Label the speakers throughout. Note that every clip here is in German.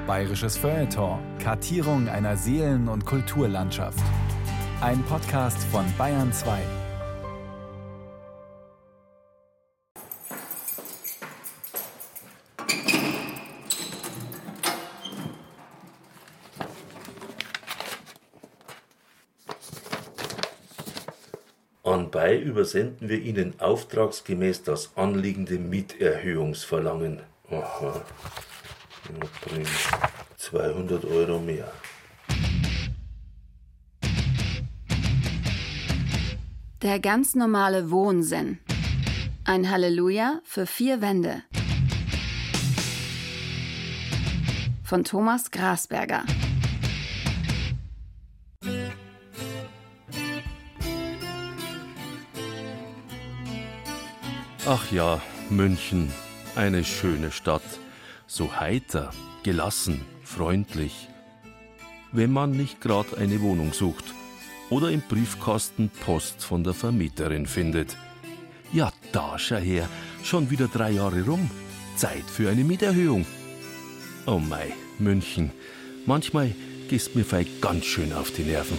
Speaker 1: Bayerisches Feuilleton. Kartierung einer Seelen- und Kulturlandschaft. Ein Podcast von Bayern 2.
Speaker 2: Anbei übersenden wir Ihnen auftragsgemäß das anliegende Mieterhöhungsverlangen. Aha. 200 € mehr.
Speaker 3: Der ganz normale Wohnsinn. Ein Halleluja für 4 Wände. Von Thomas Grasberger.
Speaker 4: Ach ja, München, eine schöne Stadt. So heiter, gelassen, freundlich. Wenn man nicht gerade eine Wohnung sucht oder im Briefkasten Post von der Vermieterin findet. Ja, da schau her, schon wieder 3 Jahre rum. Zeit für eine Mieterhöhung. Oh mei, München, manchmal gehst mir fei ganz schön auf die Nerven.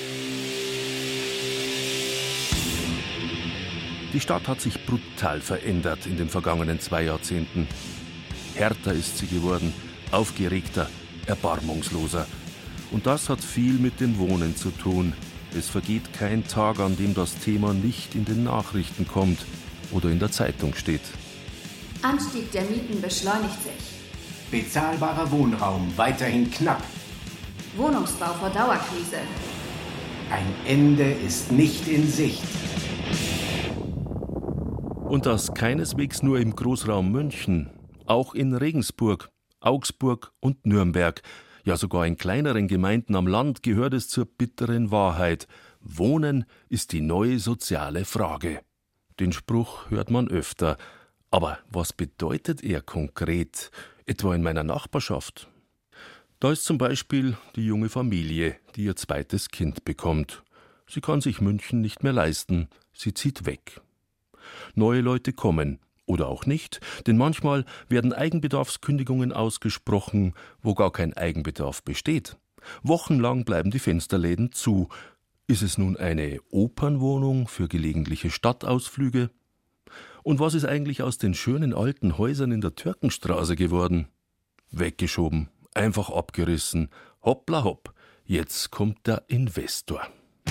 Speaker 4: Die Stadt hat sich brutal verändert in den vergangenen 2 Jahrzehnten. Härter ist sie geworden, aufgeregter, erbarmungsloser. Und das hat viel mit dem Wohnen zu tun. Es vergeht kein Tag, an dem das Thema nicht in den Nachrichten kommt oder in der Zeitung steht.
Speaker 3: Anstieg der Mieten beschleunigt sich.
Speaker 5: Bezahlbarer Wohnraum weiterhin knapp.
Speaker 3: Wohnungsbau vor Dauerkrise.
Speaker 5: Ein Ende ist nicht in Sicht.
Speaker 4: Und das keineswegs nur im Großraum München, auch in Regensburg, Augsburg und Nürnberg, ja sogar in kleineren Gemeinden am Land gehört es zur bitteren Wahrheit. Wohnen ist die neue soziale Frage. Den Spruch hört man öfter. Aber was bedeutet er konkret, etwa in meiner Nachbarschaft? Da ist zum Beispiel die junge Familie, die ihr 2. Kind bekommt. Sie kann sich München nicht mehr leisten, sie zieht weg. Neue Leute kommen oder auch nicht, denn manchmal werden Eigenbedarfskündigungen ausgesprochen, wo gar kein Eigenbedarf besteht. Wochenlang bleiben die Fensterläden zu. Ist es nun eine Opernwohnung für gelegentliche Stadtausflüge? Und was ist eigentlich aus den schönen alten Häusern in der Türkenstraße geworden? Weggeschoben, einfach abgerissen, hoppla hopp, jetzt kommt der Investor.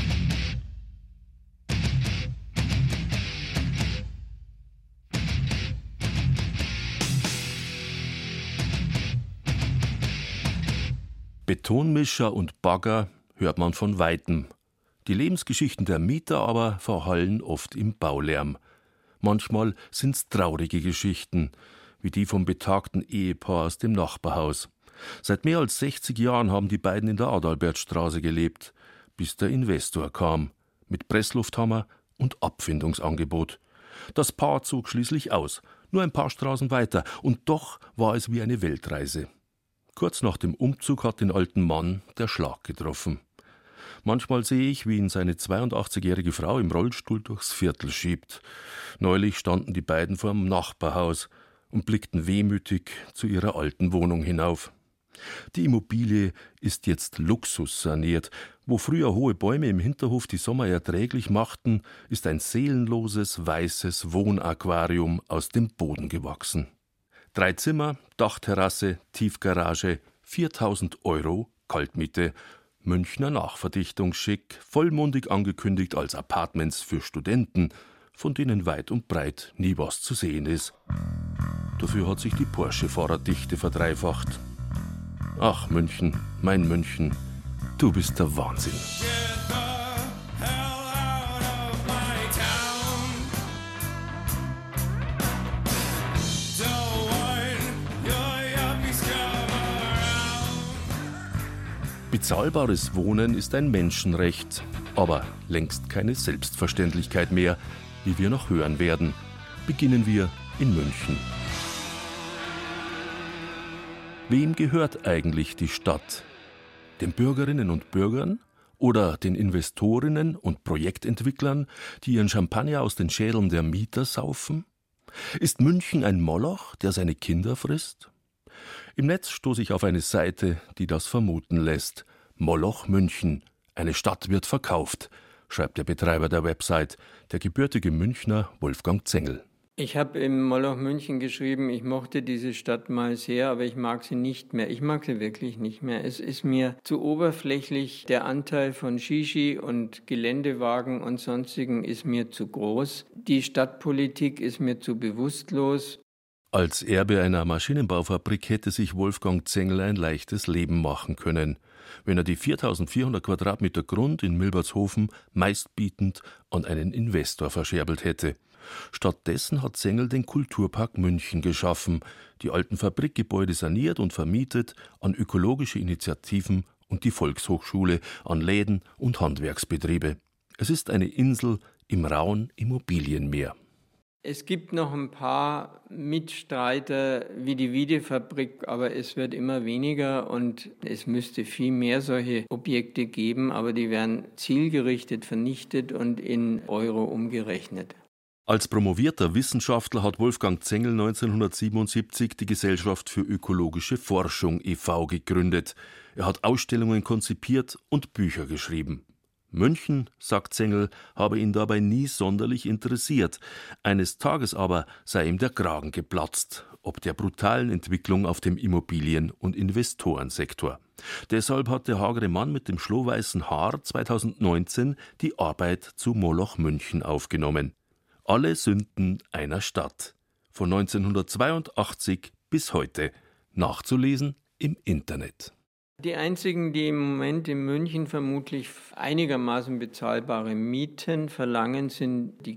Speaker 4: Betonmischer und Bagger hört man von Weitem. Die Lebensgeschichten der Mieter aber verhallen oft im Baulärm. Manchmal sind's traurige Geschichten, wie die vom betagten Ehepaar aus dem Nachbarhaus. Seit mehr als 60 Jahren haben die beiden in der Adalbertstraße gelebt, bis der Investor kam, mit Presslufthammer und Abfindungsangebot. Das Paar zog schließlich aus, nur ein paar Straßen weiter, und doch war es wie eine Weltreise. Kurz nach dem Umzug hat den alten Mann der Schlag getroffen. Manchmal sehe ich, wie ihn seine 82-jährige Frau im Rollstuhl durchs Viertel schiebt. Neulich standen die beiden vor dem Nachbarhaus und blickten wehmütig zu ihrer alten Wohnung hinauf. Die Immobilie ist jetzt luxussaniert. Wo früher hohe Bäume im Hinterhof die Sommer erträglich machten, ist ein seelenloses, weißes Wohnaquarium aus dem Boden gewachsen. 3 Zimmer, Dachterrasse, Tiefgarage, 4.000 € Kaltmiete. Münchner Nachverdichtungsschick, vollmundig angekündigt als Apartments für Studenten, von denen weit und breit nie was zu sehen ist. Dafür hat sich die Porsche-Fahrerdichte verdreifacht. Ach München, mein München, du bist der Wahnsinn. Bezahlbares Wohnen ist ein Menschenrecht, aber längst keine Selbstverständlichkeit mehr, wie wir noch hören werden. Beginnen wir in München. Wem gehört eigentlich die Stadt? Den Bürgerinnen und Bürgern oder den Investorinnen und Projektentwicklern, die ihren Champagner aus den Schädeln der Mieter saufen? Ist München ein Moloch, der seine Kinder frisst? Im Netz stoße ich auf eine Seite, die das vermuten lässt. Moloch München. Eine Stadt wird verkauft, schreibt der Betreiber der Website, der gebürtige Münchner Wolfgang Zengel.
Speaker 6: Ich habe im Moloch München geschrieben, ich mochte diese Stadt mal sehr, aber ich mag sie nicht mehr. Ich mag sie wirklich nicht mehr. Es ist mir zu oberflächlich. Der Anteil von Shishi und Geländewagen und sonstigen ist mir zu groß. Die Stadtpolitik ist mir zu bewusstlos.
Speaker 4: Als Erbe einer Maschinenbaufabrik hätte sich Wolfgang Zengel ein leichtes Leben machen können, wenn er die 4.400 Quadratmeter Grund in Milbertshofen meistbietend an einen Investor verscherbelt hätte. Stattdessen hat Zengel den Kulturpark München geschaffen, die alten Fabrikgebäude saniert und vermietet an ökologische Initiativen und die Volkshochschule, an Läden und Handwerksbetriebe. Es ist eine Insel im rauen Immobilienmeer.
Speaker 6: Es gibt noch ein paar Mitstreiter wie die Wiedefabrik, aber es wird immer weniger und es müsste viel mehr solche Objekte geben, aber die werden zielgerichtet vernichtet und in Euro umgerechnet.
Speaker 4: Als promovierter Wissenschaftler hat Wolfgang Zengel 1977 die Gesellschaft für ökologische Forschung e.V. gegründet. Er hat Ausstellungen konzipiert und Bücher geschrieben. München, sagt Zengel, habe ihn dabei nie sonderlich interessiert. Eines Tages aber sei ihm der Kragen geplatzt, ob der brutalen Entwicklung auf dem Immobilien- und Investorensektor. Deshalb hat der hagere Mann mit dem schlohweißen Haar 2019 die Arbeit zu Moloch München aufgenommen. Alle Sünden einer Stadt. Von 1982 bis heute. Nachzulesen im Internet.
Speaker 6: Die einzigen, die im Moment in München vermutlich einigermaßen bezahlbare Mieten verlangen, sind die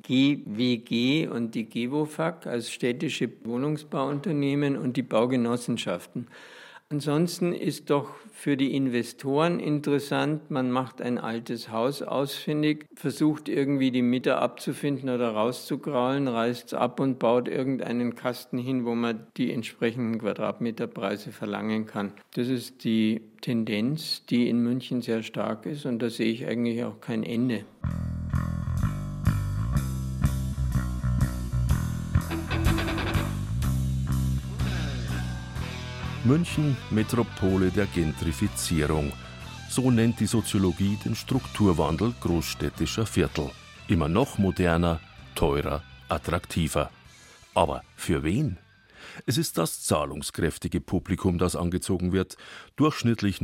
Speaker 6: GWG und die GEWOFAG als städtische Wohnungsbauunternehmen und die Baugenossenschaften. Ansonsten ist doch für die Investoren interessant, man macht ein altes Haus ausfindig, versucht irgendwie die Mieter abzufinden oder rauszugraulen, reißt es ab und baut irgendeinen Kasten hin, wo man die entsprechenden Quadratmeterpreise verlangen kann. Das ist die Tendenz, die in München sehr stark ist und da sehe ich eigentlich auch kein Ende.
Speaker 4: München, Metropole der Gentrifizierung. So nennt die Soziologie den Strukturwandel großstädtischer Viertel. Immer noch moderner, teurer, attraktiver. Aber für wen? Es ist das zahlungskräftige Publikum, das angezogen wird. Durchschnittlich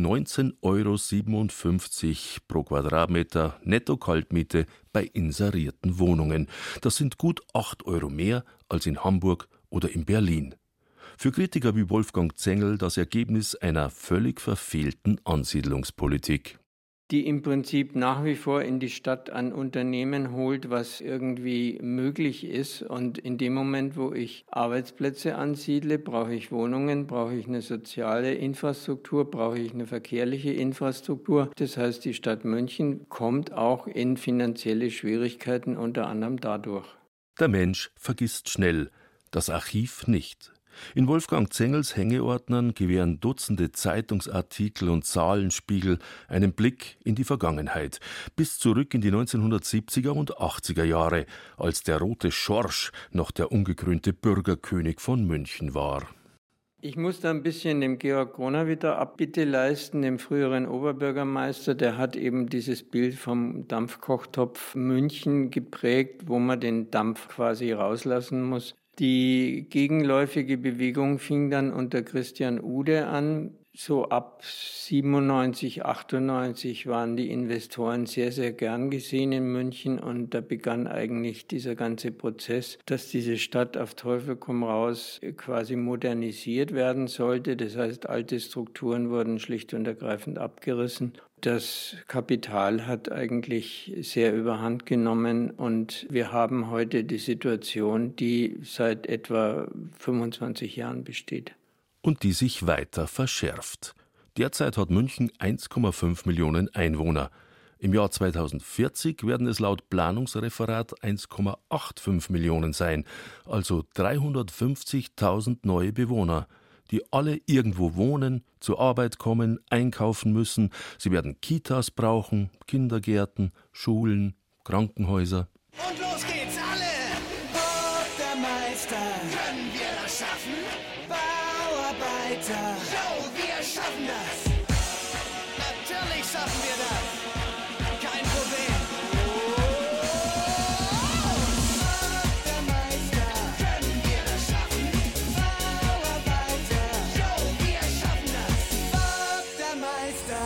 Speaker 4: 19,57 € pro Quadratmeter Netto-Kaltmiete bei inserierten Wohnungen. Das sind gut 8 € mehr als in Hamburg oder in Berlin. Für Kritiker wie Wolfgang Zengel das Ergebnis einer völlig verfehlten Ansiedlungspolitik.
Speaker 6: Die im Prinzip nach wie vor in die Stadt an Unternehmen holt, was irgendwie möglich ist. Und in dem Moment, wo ich Arbeitsplätze ansiedle, brauche ich Wohnungen, brauche ich eine soziale Infrastruktur, brauche ich eine verkehrliche Infrastruktur. Das heißt, die Stadt München kommt auch in finanzielle Schwierigkeiten, unter anderem dadurch.
Speaker 4: Der Mensch vergisst schnell, das Archiv nicht. In Wolfgang Zengels Hängeordnern gewähren Dutzende Zeitungsartikel und Zahlenspiegel einen Blick in die Vergangenheit, bis zurück in die 1970er und 80er Jahre, als der rote Schorsch noch der ungekrönte Bürgerkönig von München war.
Speaker 6: Ich muss da ein bisschen dem Georg Groner wieder Abbitte leisten, dem früheren Oberbürgermeister. Der hat eben dieses Bild vom Dampfkochtopf München geprägt, wo man den Dampf quasi rauslassen muss. Die gegenläufige Bewegung fing dann unter Christian Ude an. So ab 97, 98 waren die Investoren sehr, sehr gern gesehen in München und da begann eigentlich dieser ganze Prozess, dass diese Stadt auf Teufel komm raus quasi modernisiert werden sollte. Das heißt, alte Strukturen wurden schlicht und ergreifend abgerissen. Das Kapital hat eigentlich sehr überhand genommen und wir haben heute die Situation, die seit etwa 25 Jahren besteht.
Speaker 4: Und die sich weiter verschärft. Derzeit hat München 1,5 Millionen Einwohner. Im Jahr 2040 werden es laut Planungsreferat 1,85 Millionen sein, also 350.000 neue Bewohner, die alle irgendwo wohnen, zur Arbeit kommen, einkaufen müssen. Sie werden Kitas brauchen, Kindergärten, Schulen, Krankenhäuser.
Speaker 7: Und los geht's alle! Bürgermeister, können wir das schaffen? Bauarbeiter, weiter. Jo, wir schaffen das. Natürlich schaffen wir das. Kein Problem. Bob der Meister, können wir das schaffen? Bauarbeiter, jo, wir schaffen das. Bob der Meister.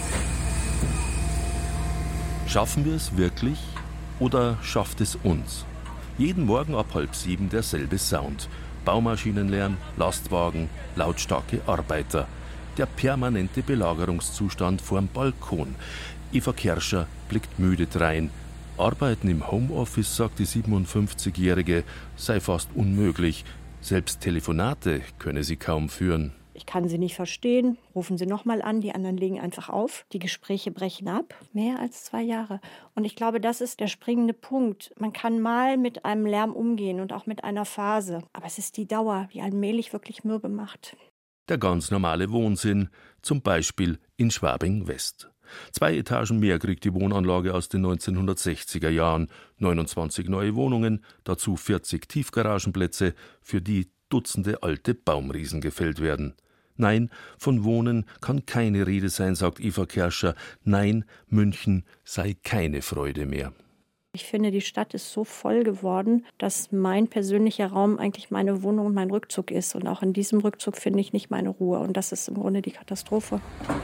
Speaker 4: Schaffen wir es wirklich oder schafft es uns? Jeden Morgen ab 6:30 derselbe Sound. Baumaschinenlärm, Lastwagen, lautstarke Arbeiter. Der permanente Belagerungszustand vorm Balkon. Eva Kerscher blickt müde drein. Arbeiten im Homeoffice, sagt die 57-Jährige, sei fast unmöglich. Selbst Telefonate könne sie kaum führen.
Speaker 8: Ich kann Sie nicht verstehen, rufen Sie nochmal an, die anderen legen einfach auf. Die Gespräche brechen ab, mehr als 2 Jahre. Und ich glaube, das ist der springende Punkt. Man kann mal mit einem Lärm umgehen und auch mit einer Phase. Aber es ist die Dauer, die allmählich wirklich mürbe macht.
Speaker 4: Der ganz normale Wohnsinn, zum Beispiel in Schwabing-West. 2 Etagen mehr kriegt die Wohnanlage aus den 1960er Jahren. 29 neue Wohnungen, dazu 40 Tiefgaragenplätze, für die Dutzende alte Baumriesen gefällt werden. Nein, von Wohnen kann keine Rede sein, sagt Eva Kerscher. Nein, München sei keine Freude mehr.
Speaker 8: Ich finde, die Stadt ist so voll geworden, dass mein persönlicher Raum eigentlich meine Wohnung und mein Rückzug ist. Und auch in diesem Rückzug finde ich nicht meine Ruhe. Und das ist im Grunde die Katastrophe.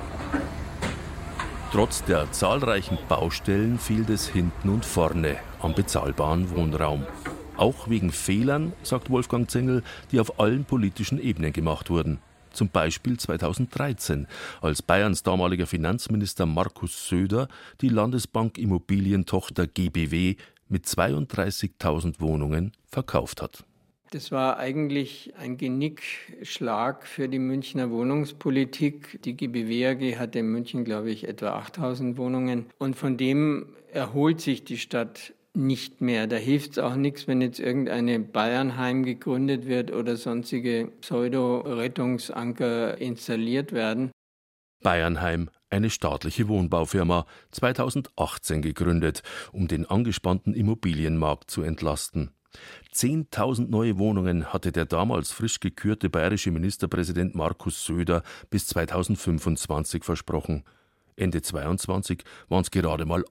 Speaker 4: Trotz der zahlreichen Baustellen fehlt es hinten und vorne am bezahlbaren Wohnraum. Auch wegen Fehlern, sagt Wolfgang Zengel, die auf allen politischen Ebenen gemacht wurden. Zum Beispiel 2013, als Bayerns damaliger Finanzminister Markus Söder die Landesbank Immobilientochter GBW mit 32.000 Wohnungen verkauft hat.
Speaker 6: Das war eigentlich ein Genickschlag für die Münchner Wohnungspolitik. Die GBW AG hatte in München, glaube ich, etwa 8.000 Wohnungen. Und von dem erholt sich die Stadt nicht mehr. Da hilft es auch nichts, wenn jetzt irgendeine Bayernheim gegründet wird oder sonstige Pseudo-Rettungsanker installiert werden.
Speaker 4: Bayernheim, eine staatliche Wohnbaufirma, 2018 gegründet, um den angespannten Immobilienmarkt zu entlasten. 10.000 neue Wohnungen hatte der damals frisch gekürte bayerische Ministerpräsident Markus Söder bis 2025 versprochen. Ende 2022 waren es gerade mal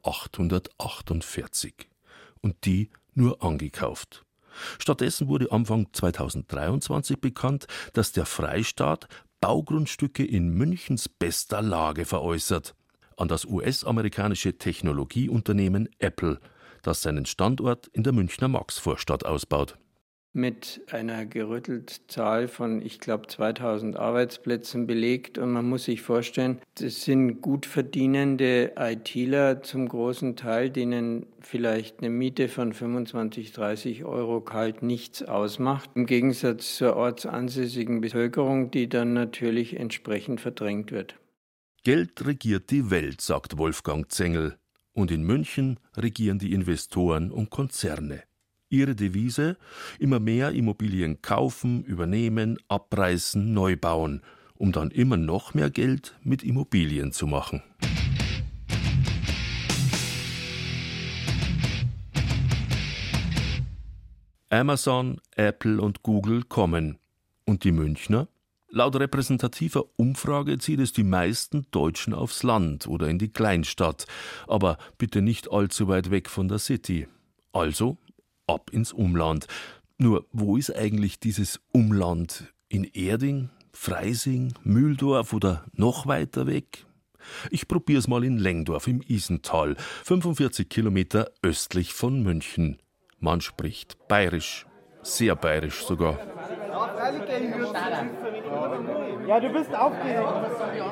Speaker 4: 848. Und die nur angekauft. Stattdessen wurde Anfang 2023 bekannt, dass der Freistaat Baugrundstücke in Münchens bester Lage veräußert. An das US-amerikanische Technologieunternehmen Apple, das seinen Standort in der Münchner Maxvorstadt ausbaut.
Speaker 6: Mit einer gerüttelten Zahl von, ich glaube, 2000 Arbeitsplätzen belegt. Und man muss sich vorstellen, das sind gut verdienende ITler zum großen Teil, denen vielleicht eine Miete von 25, 30 Euro kalt nichts ausmacht. Im Gegensatz zur ortsansässigen Bevölkerung, die dann natürlich entsprechend verdrängt wird.
Speaker 4: Geld regiert die Welt, sagt Wolfgang Zengel. Und in München regieren die Investoren und Konzerne. Ihre Devise: immer mehr Immobilien kaufen, übernehmen, abreißen, neu bauen, um dann immer noch mehr Geld mit Immobilien zu machen. Amazon, Apple und Google kommen. Und die Münchner? Laut repräsentativer Umfrage zieht es die meisten Deutschen aufs Land oder in die Kleinstadt, aber bitte nicht allzu weit weg von der City. Also ab ins Umland. Nur, wo ist eigentlich dieses Umland? In Erding, Freising, Mühldorf oder noch weiter weg? Ich probier's mal in Lengdorf im Isental, 45 Kilometer östlich von München. Man spricht bayerisch, sehr bayerisch sogar.
Speaker 9: Ja, du bist aufgeregt.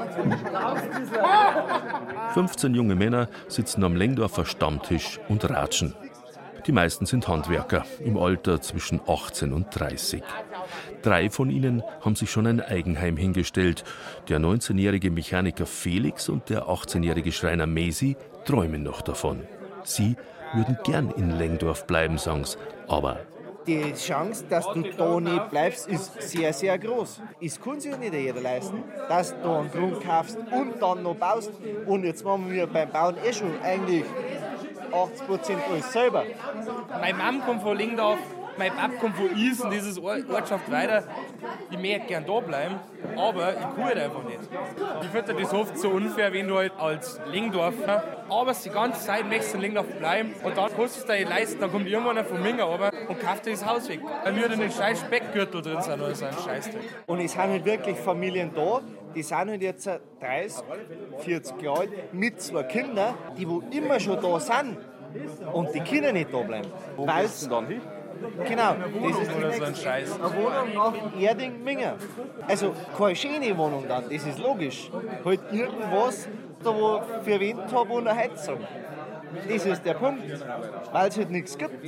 Speaker 4: 15 junge Männer sitzen am Lengdorfer Stammtisch und ratschen. Die meisten sind Handwerker, im Alter zwischen 18 und 30. 3 von ihnen haben sich schon ein Eigenheim hingestellt. Der 19-jährige Mechaniker Felix und der 18-jährige Schreiner Mesi träumen noch davon. Sie würden gern in Lengdorf bleiben, sagen's, aber
Speaker 9: Die Chance, dass du da nicht bleibst, ist sehr, sehr groß. Es kann sich nicht jeder leisten, dass du einen Grund kaufst und dann noch baust. Und jetzt machen wir beim Bauen schon eigentlich 80% alles selber.
Speaker 10: Meine Mom kommt von Lingdorf, Mein Papa kommt von Isen, dieses Ortschaft weiter. Ich möchte gern da bleiben, aber ich kann halt einfach nicht. Ich finde das oft so unfair, wenn du halt als Lingdorfer arbeitest die ganze Zeit, möchtest in Lingdorf bleiben und dann kannst du es dir nicht leisten, dann kommt irgendwann einer von Minga runter und kauft dir das Haus weg. Weil wir dann den scheiß Speckgürtel drin sind oder so ein Scheißdreck.
Speaker 9: Und es sind halt wirklich Familien da, die sind halt jetzt 30, 40 Jahre alt, mit 2 Kindern, die wo immer schon da sind und die Kinder nicht da bleiben.
Speaker 10: Wo gehst du dann hin?
Speaker 9: Genau, das ist
Speaker 10: Oder so ein Scheiß.
Speaker 9: eine Wohnung nach Erding-Minga. Also keine schöne Wohnung dann, das ist logisch. Halt irgendwas, da wo ich verwendet habe und eine Heizung. Das ist der Punkt, weil es halt nichts gibt.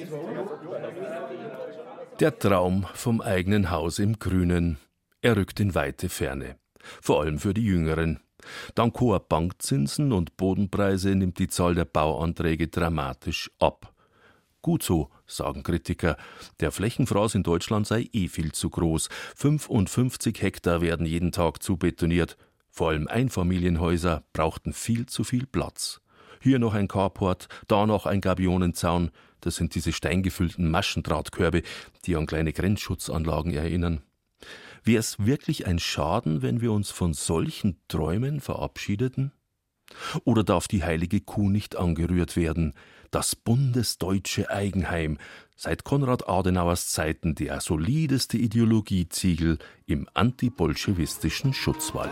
Speaker 4: Der Traum vom eigenen Haus im Grünen. Er rückt in weite Ferne. Vor allem für die Jüngeren. Dank hoher Bankzinsen und Bodenpreise nimmt die Zahl der Bauanträge dramatisch ab. Gut so, sagen Kritiker. Der Flächenfraß in Deutschland sei viel zu groß. 55 Hektar werden jeden Tag zubetoniert. Vor allem Einfamilienhäuser brauchten viel zu viel Platz. Hier noch ein Carport, da noch ein Gabionenzaun. Das sind diese steingefüllten Maschendrahtkörbe, die an kleine Grenzschutzanlagen erinnern. Wäre es wirklich ein Schaden, wenn wir uns von solchen Träumen verabschiedeten? Oder darf die heilige Kuh nicht angerührt werden? Das bundesdeutsche Eigenheim, seit Konrad Adenauers Zeiten der solideste Ideologieziegel im antibolschewistischen Schutzwall.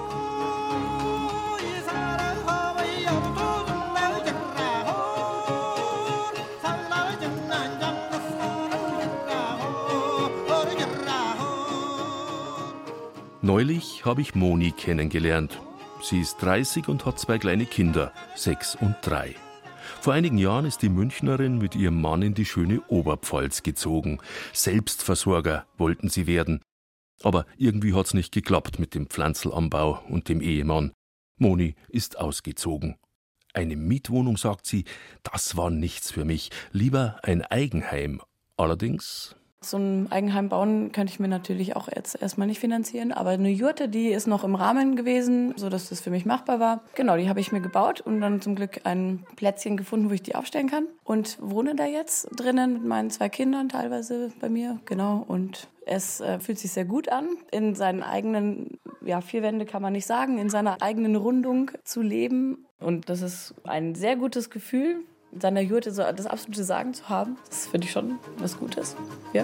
Speaker 4: Neulich habe ich Moni kennengelernt. Sie ist 30 und hat 2 kleine Kinder, 6 und 3. Vor einigen Jahren ist die Münchnerin mit ihrem Mann in die schöne Oberpfalz gezogen. Selbstversorger wollten sie werden. Aber irgendwie hat's nicht geklappt mit dem Pflanzelanbau und dem Ehemann. Moni ist ausgezogen. Eine Mietwohnung, sagt sie, das war nichts für mich. Lieber ein Eigenheim. Allerdings...
Speaker 11: So ein Eigenheim bauen könnte ich mir natürlich auch jetzt erstmal nicht finanzieren. Aber eine Jurte, die ist noch im Rahmen gewesen, sodass das für mich machbar war. Genau, die habe ich mir gebaut und dann zum Glück ein Plätzchen gefunden, wo ich die aufstellen kann. Und wohne da jetzt drinnen mit meinen 2 Kindern teilweise bei mir. Genau, und es fühlt sich sehr gut an, in seinen eigenen, 4 Wände kann man nicht sagen, in seiner eigenen Rundung zu leben. Und das ist ein sehr gutes Gefühl, in seiner Jurte so das absolute Sagen zu haben. Das finde ich schon was Gutes. Ja.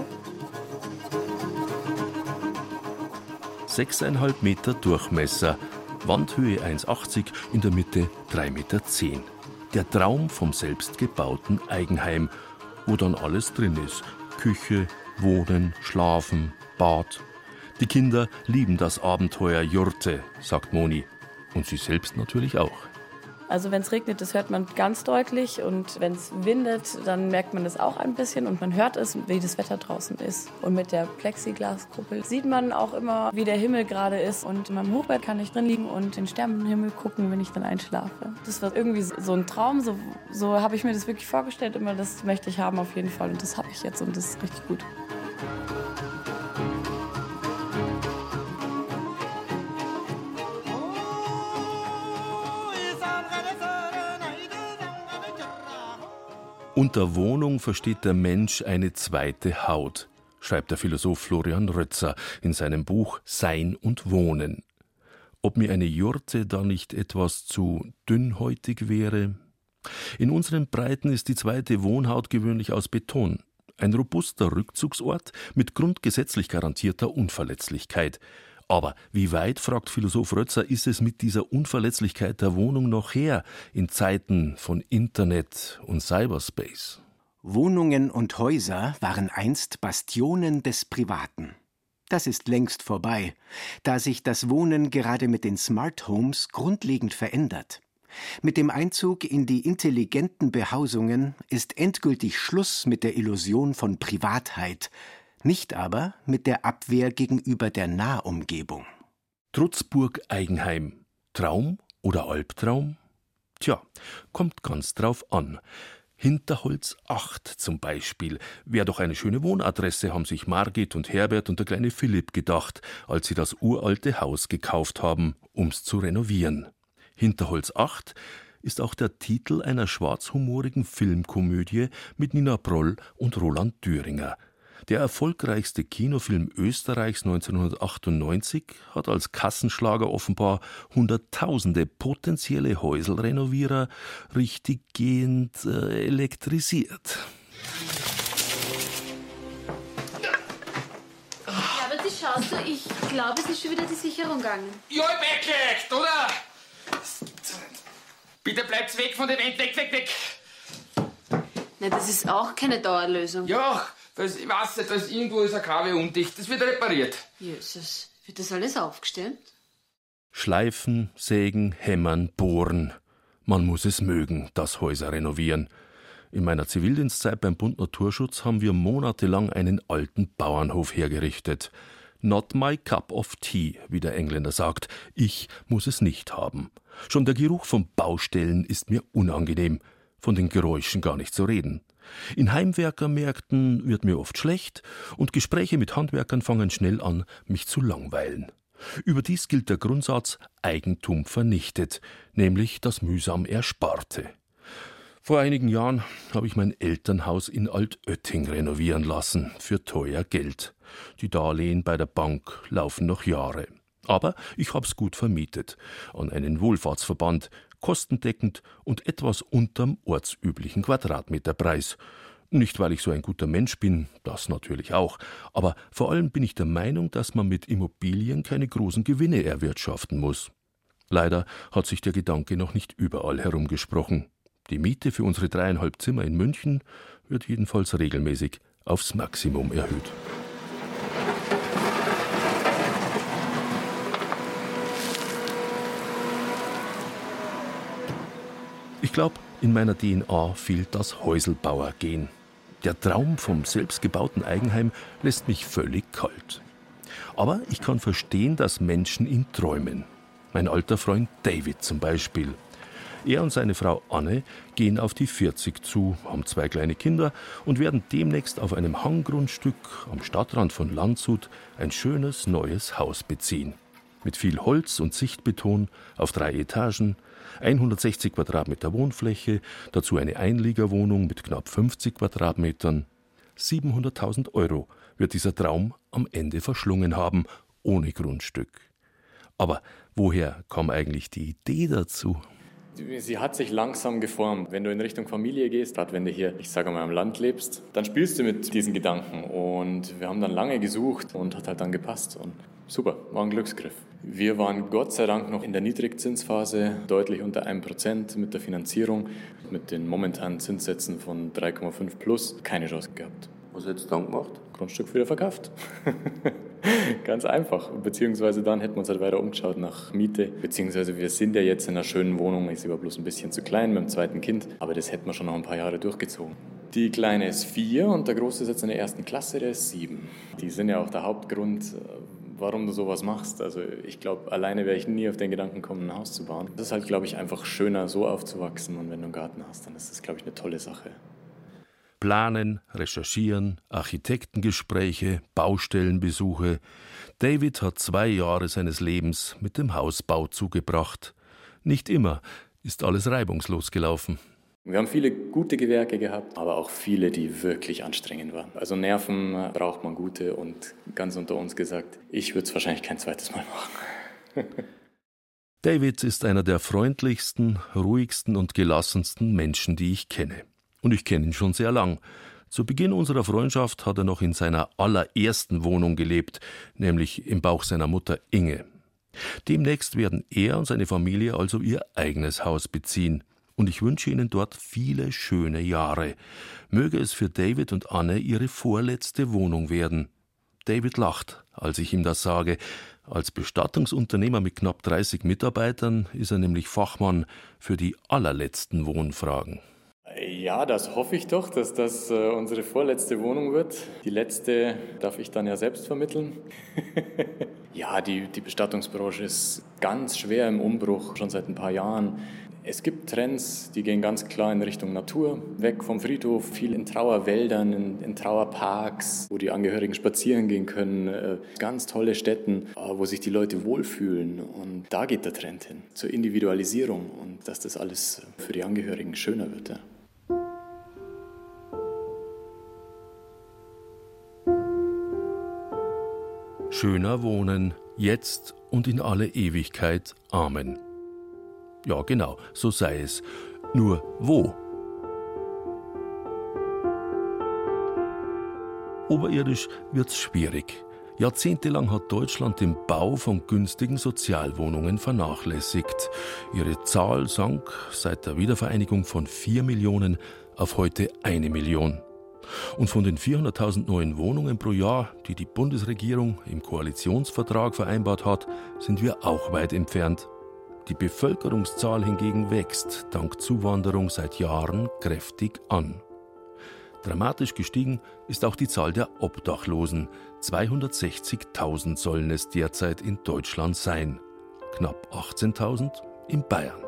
Speaker 4: 6,5 Meter Durchmesser, Wandhöhe 1,80, in der Mitte 3,10 Meter. Der Traum vom selbstgebauten Eigenheim, wo dann alles drin ist. Küche, Wohnen, Schlafen, Bad. Die Kinder lieben das Abenteuer Jurte, sagt Moni. Und sie selbst natürlich auch.
Speaker 11: Also wenn es regnet, das hört man ganz deutlich und wenn es windet, dann merkt man das auch ein bisschen und man hört es, wie das Wetter draußen ist. Und mit der Plexiglaskuppel sieht man auch immer, wie der Himmel gerade ist und in meinem Hochbett kann ich drin liegen und den Sternenhimmel gucken, wenn ich dann einschlafe. Das war irgendwie so ein Traum, so habe ich mir das wirklich vorgestellt, immer das möchte ich haben auf jeden Fall und das habe ich jetzt und das ist richtig gut.
Speaker 4: Unter Wohnung versteht der Mensch eine zweite Haut, schreibt der Philosoph Florian Rötzer in seinem Buch Sein und Wohnen. Ob mir eine Jurte da nicht etwas zu dünnhäutig wäre? In unseren Breiten ist die zweite Wohnhaut gewöhnlich aus Beton. Ein robuster Rückzugsort mit grundgesetzlich garantierter Unverletzlichkeit. Aber wie weit, fragt Philosoph Rötzer, ist es mit dieser Unverletzlichkeit der Wohnung noch her in Zeiten von Internet und Cyberspace?
Speaker 5: Wohnungen und Häuser waren einst Bastionen des Privaten. Das ist längst vorbei, da sich das Wohnen gerade mit den Smart Homes grundlegend verändert. Mit dem Einzug in die intelligenten Behausungen ist endgültig Schluss mit der Illusion von Privatheit, nicht aber mit der Abwehr gegenüber der Nahumgebung.
Speaker 4: Trutzburg Eigenheim. Traum oder Albtraum? Tja, kommt ganz drauf an. Hinterholz 8 zum Beispiel. Wäre doch eine schöne Wohnadresse, haben sich Margit und Herbert und der kleine Philipp gedacht, als sie das uralte Haus gekauft haben, um's zu renovieren. Hinterholz 8 ist auch der Titel einer schwarzhumorigen Filmkomödie mit Nina Broll und Roland Thüringer. Der erfolgreichste Kinofilm Österreichs 1998 hat als Kassenschlager offenbar hunderttausende potenzielle Häuselrenovierer richtiggehend elektrisiert.
Speaker 12: Ja, aber das schaust du, ich glaube, es ist schon wieder die Sicherung gegangen.
Speaker 13: Ja, weggelegt, oder? Bitte bleibt's weg von dem End, weg.
Speaker 12: Na, das ist auch keine Dauerlösung.
Speaker 13: Ja, ich weiß nicht, irgendwo ist ein Kabel undicht. Das wird repariert.
Speaker 12: Jesus, wird das alles aufgestellt?
Speaker 4: Schleifen, sägen, hämmern, bohren. Man muss es mögen, das Häuser renovieren. In meiner Zivildienstzeit beim Bund Naturschutz haben wir monatelang einen alten Bauernhof hergerichtet. Not my cup of tea, wie der Engländer sagt. Ich muss es nicht haben. Schon der Geruch von Baustellen ist mir unangenehm. Von den Geräuschen gar nicht zu reden. In Heimwerkermärkten wird mir oft schlecht und Gespräche mit Handwerkern fangen schnell an, mich zu langweilen. Überdies gilt der Grundsatz Eigentum vernichtet, nämlich das mühsam Ersparte. Vor einigen Jahren habe ich mein Elternhaus in Altötting renovieren lassen, für teuer Geld. Die Darlehen bei der Bank laufen noch Jahre. Aber ich hab's gut vermietet, an einen Wohlfahrtsverband, kostendeckend und etwas unterm ortsüblichen Quadratmeterpreis. Nicht, weil ich so ein guter Mensch bin, das natürlich auch, aber vor allem bin ich der Meinung, dass man mit Immobilien keine großen Gewinne erwirtschaften muss. Leider hat sich der Gedanke noch nicht überall herumgesprochen. Die Miete für unsere 3,5 Zimmer in München wird jedenfalls regelmäßig aufs Maximum erhöht. Ich glaube, in meiner DNA fehlt das Häuselbauer-Gen. Der Traum vom selbstgebauten Eigenheim lässt mich völlig kalt. Aber ich kann verstehen, dass Menschen ihn träumen. Mein alter Freund David zum Beispiel. Er und seine Frau Anne gehen auf die 40 zu, haben 2 kleine Kinder und werden demnächst auf einem Hanggrundstück am Stadtrand von Landshut ein schönes neues Haus beziehen. Mit viel Holz und Sichtbeton auf 3 Etagen, 160 Quadratmeter Wohnfläche, dazu eine Einliegerwohnung mit knapp 50 Quadratmetern. 700.000 € wird dieser Traum am Ende verschlungen haben, ohne Grundstück. Aber woher kam eigentlich die Idee dazu?
Speaker 14: Sie hat sich langsam geformt. Wenn du in Richtung Familie gehst, gerade wenn du hier, ich sage mal, am Land lebst, dann spielst du mit diesen Gedanken. Und wir haben dann lange gesucht und hat halt dann gepasst. Und super, war ein Glücksgriff. Wir waren Gott sei Dank noch in der Niedrigzinsphase, deutlich unter 1% mit der Finanzierung. Mit den momentanen Zinssätzen von 3,5 plus keine Chance gehabt.
Speaker 2: Was hättest du dann gemacht?
Speaker 14: Grundstück wieder verkauft. Ganz einfach. Beziehungsweise dann hätten wir uns halt weiter umgeschaut nach Miete. Beziehungsweise wir sind ja jetzt in einer schönen Wohnung. Ist aber bloß ein bisschen zu klein mit dem 2. Kind. Aber das hätten wir schon noch ein paar Jahre durchgezogen. Die Kleine ist 4 und der Große ist jetzt in der 1. Klasse, der ist 7. Die sind ja auch der Hauptgrund, warum du sowas machst. Also ich glaube, alleine wäre ich nie auf den Gedanken gekommen, ein Haus zu bauen. Das ist halt, glaube ich, einfach schöner, so aufzuwachsen. Und wenn du einen Garten hast, dann ist das, glaube ich, eine tolle Sache.
Speaker 4: Planen, recherchieren, Architektengespräche, Baustellenbesuche. David hat 2 Jahre seines Lebens mit dem Hausbau zugebracht. Nicht immer ist alles reibungslos gelaufen.
Speaker 14: Wir haben viele gute Gewerke gehabt, aber auch viele, die wirklich anstrengend waren. Also Nerven braucht man gute und ganz unter uns gesagt, ich würde es wahrscheinlich kein zweites Mal machen.
Speaker 4: David ist einer der freundlichsten, ruhigsten und gelassensten Menschen, die ich kenne. Und ich kenne ihn schon sehr lang. Zu Beginn unserer Freundschaft hat er noch in seiner allerersten Wohnung gelebt, nämlich im Bauch seiner Mutter Inge. Demnächst werden er und seine Familie also ihr eigenes Haus beziehen. Und ich wünsche ihnen dort viele schöne Jahre. Möge es für David und Anne ihre vorletzte Wohnung werden. David lacht, als ich ihm das sage. Als Bestattungsunternehmer mit knapp 30 Mitarbeitern ist er nämlich Fachmann für die allerletzten Wohnfragen.
Speaker 14: Ja, das hoffe ich doch, dass das unsere vorletzte Wohnung wird. Die letzte darf ich dann ja selbst vermitteln. Ja, die Bestattungsbranche ist ganz schwer im Umbruch, schon seit ein paar Jahren. Es gibt Trends, die gehen ganz klar in Richtung Natur, weg vom Friedhof, viel in Trauerwäldern, in Trauerparks, wo die Angehörigen spazieren gehen können. Ganz tolle Stätten, wo sich die Leute wohlfühlen. Und da geht der Trend hin, zur Individualisierung und dass das alles für die Angehörigen schöner wird. Ja.
Speaker 4: Schöner wohnen, jetzt und in alle Ewigkeit. Amen. Ja, genau, so sei es. Nur wo? Oberirdisch wird's schwierig. Jahrzehntelang hat Deutschland den Bau von günstigen Sozialwohnungen vernachlässigt. Ihre Zahl sank seit der Wiedervereinigung von 4 Millionen auf heute 1 Million. Und von den 400.000 neuen Wohnungen pro Jahr, die die Bundesregierung im Koalitionsvertrag vereinbart hat, sind wir auch weit entfernt. Die Bevölkerungszahl hingegen wächst dank Zuwanderung seit Jahren kräftig an. Dramatisch gestiegen ist auch die Zahl der Obdachlosen. 260.000 sollen es derzeit in Deutschland sein. Knapp 18.000 in Bayern.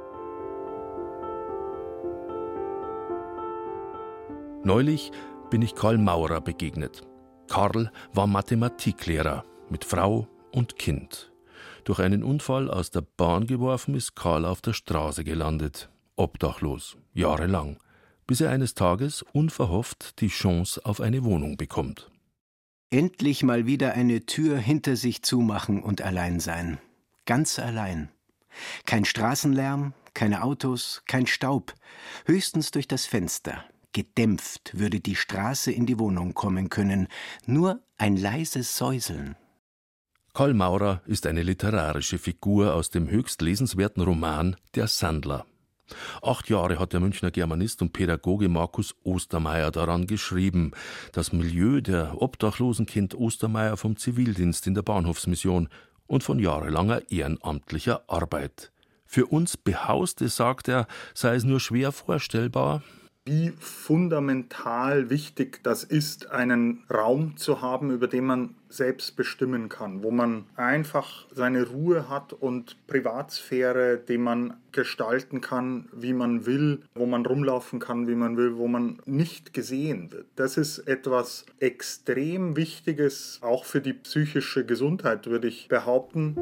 Speaker 4: Neulich bin ich Karl Maurer begegnet. Karl war Mathematiklehrer mit Frau und Kind. Durch einen Unfall aus der Bahn geworfen ist Karl auf der Straße gelandet. Obdachlos, jahrelang. Bis er eines Tages unverhofft die Chance auf eine Wohnung bekommt.
Speaker 5: Endlich mal wieder eine Tür hinter sich zumachen und allein sein. Ganz allein. Kein Straßenlärm, keine Autos, kein Staub. Höchstens durch das Fenster. Gedämpft würde die Straße in die Wohnung kommen können. Nur ein leises Säuseln.
Speaker 4: Karl Maurer ist eine literarische Figur aus dem höchst lesenswerten Roman Der Sandler. 8 Jahre hat der Münchner Germanist und Pädagoge Markus Ostermeier daran geschrieben. Das Milieu der Obdachlosen kennt Ostermeier vom Zivildienst in der Bahnhofsmission und von jahrelanger ehrenamtlicher Arbeit. Für uns Behauste, sagt er, sei es nur schwer vorstellbar,
Speaker 15: wie fundamental wichtig das ist, einen Raum zu haben, über den man selbst bestimmen kann, wo man einfach seine Ruhe hat und Privatsphäre, den man gestalten kann, wie man will, wo man rumlaufen kann, wie man will, wo man nicht gesehen wird. Das ist etwas extrem Wichtiges, auch für die psychische Gesundheit, würde ich behaupten.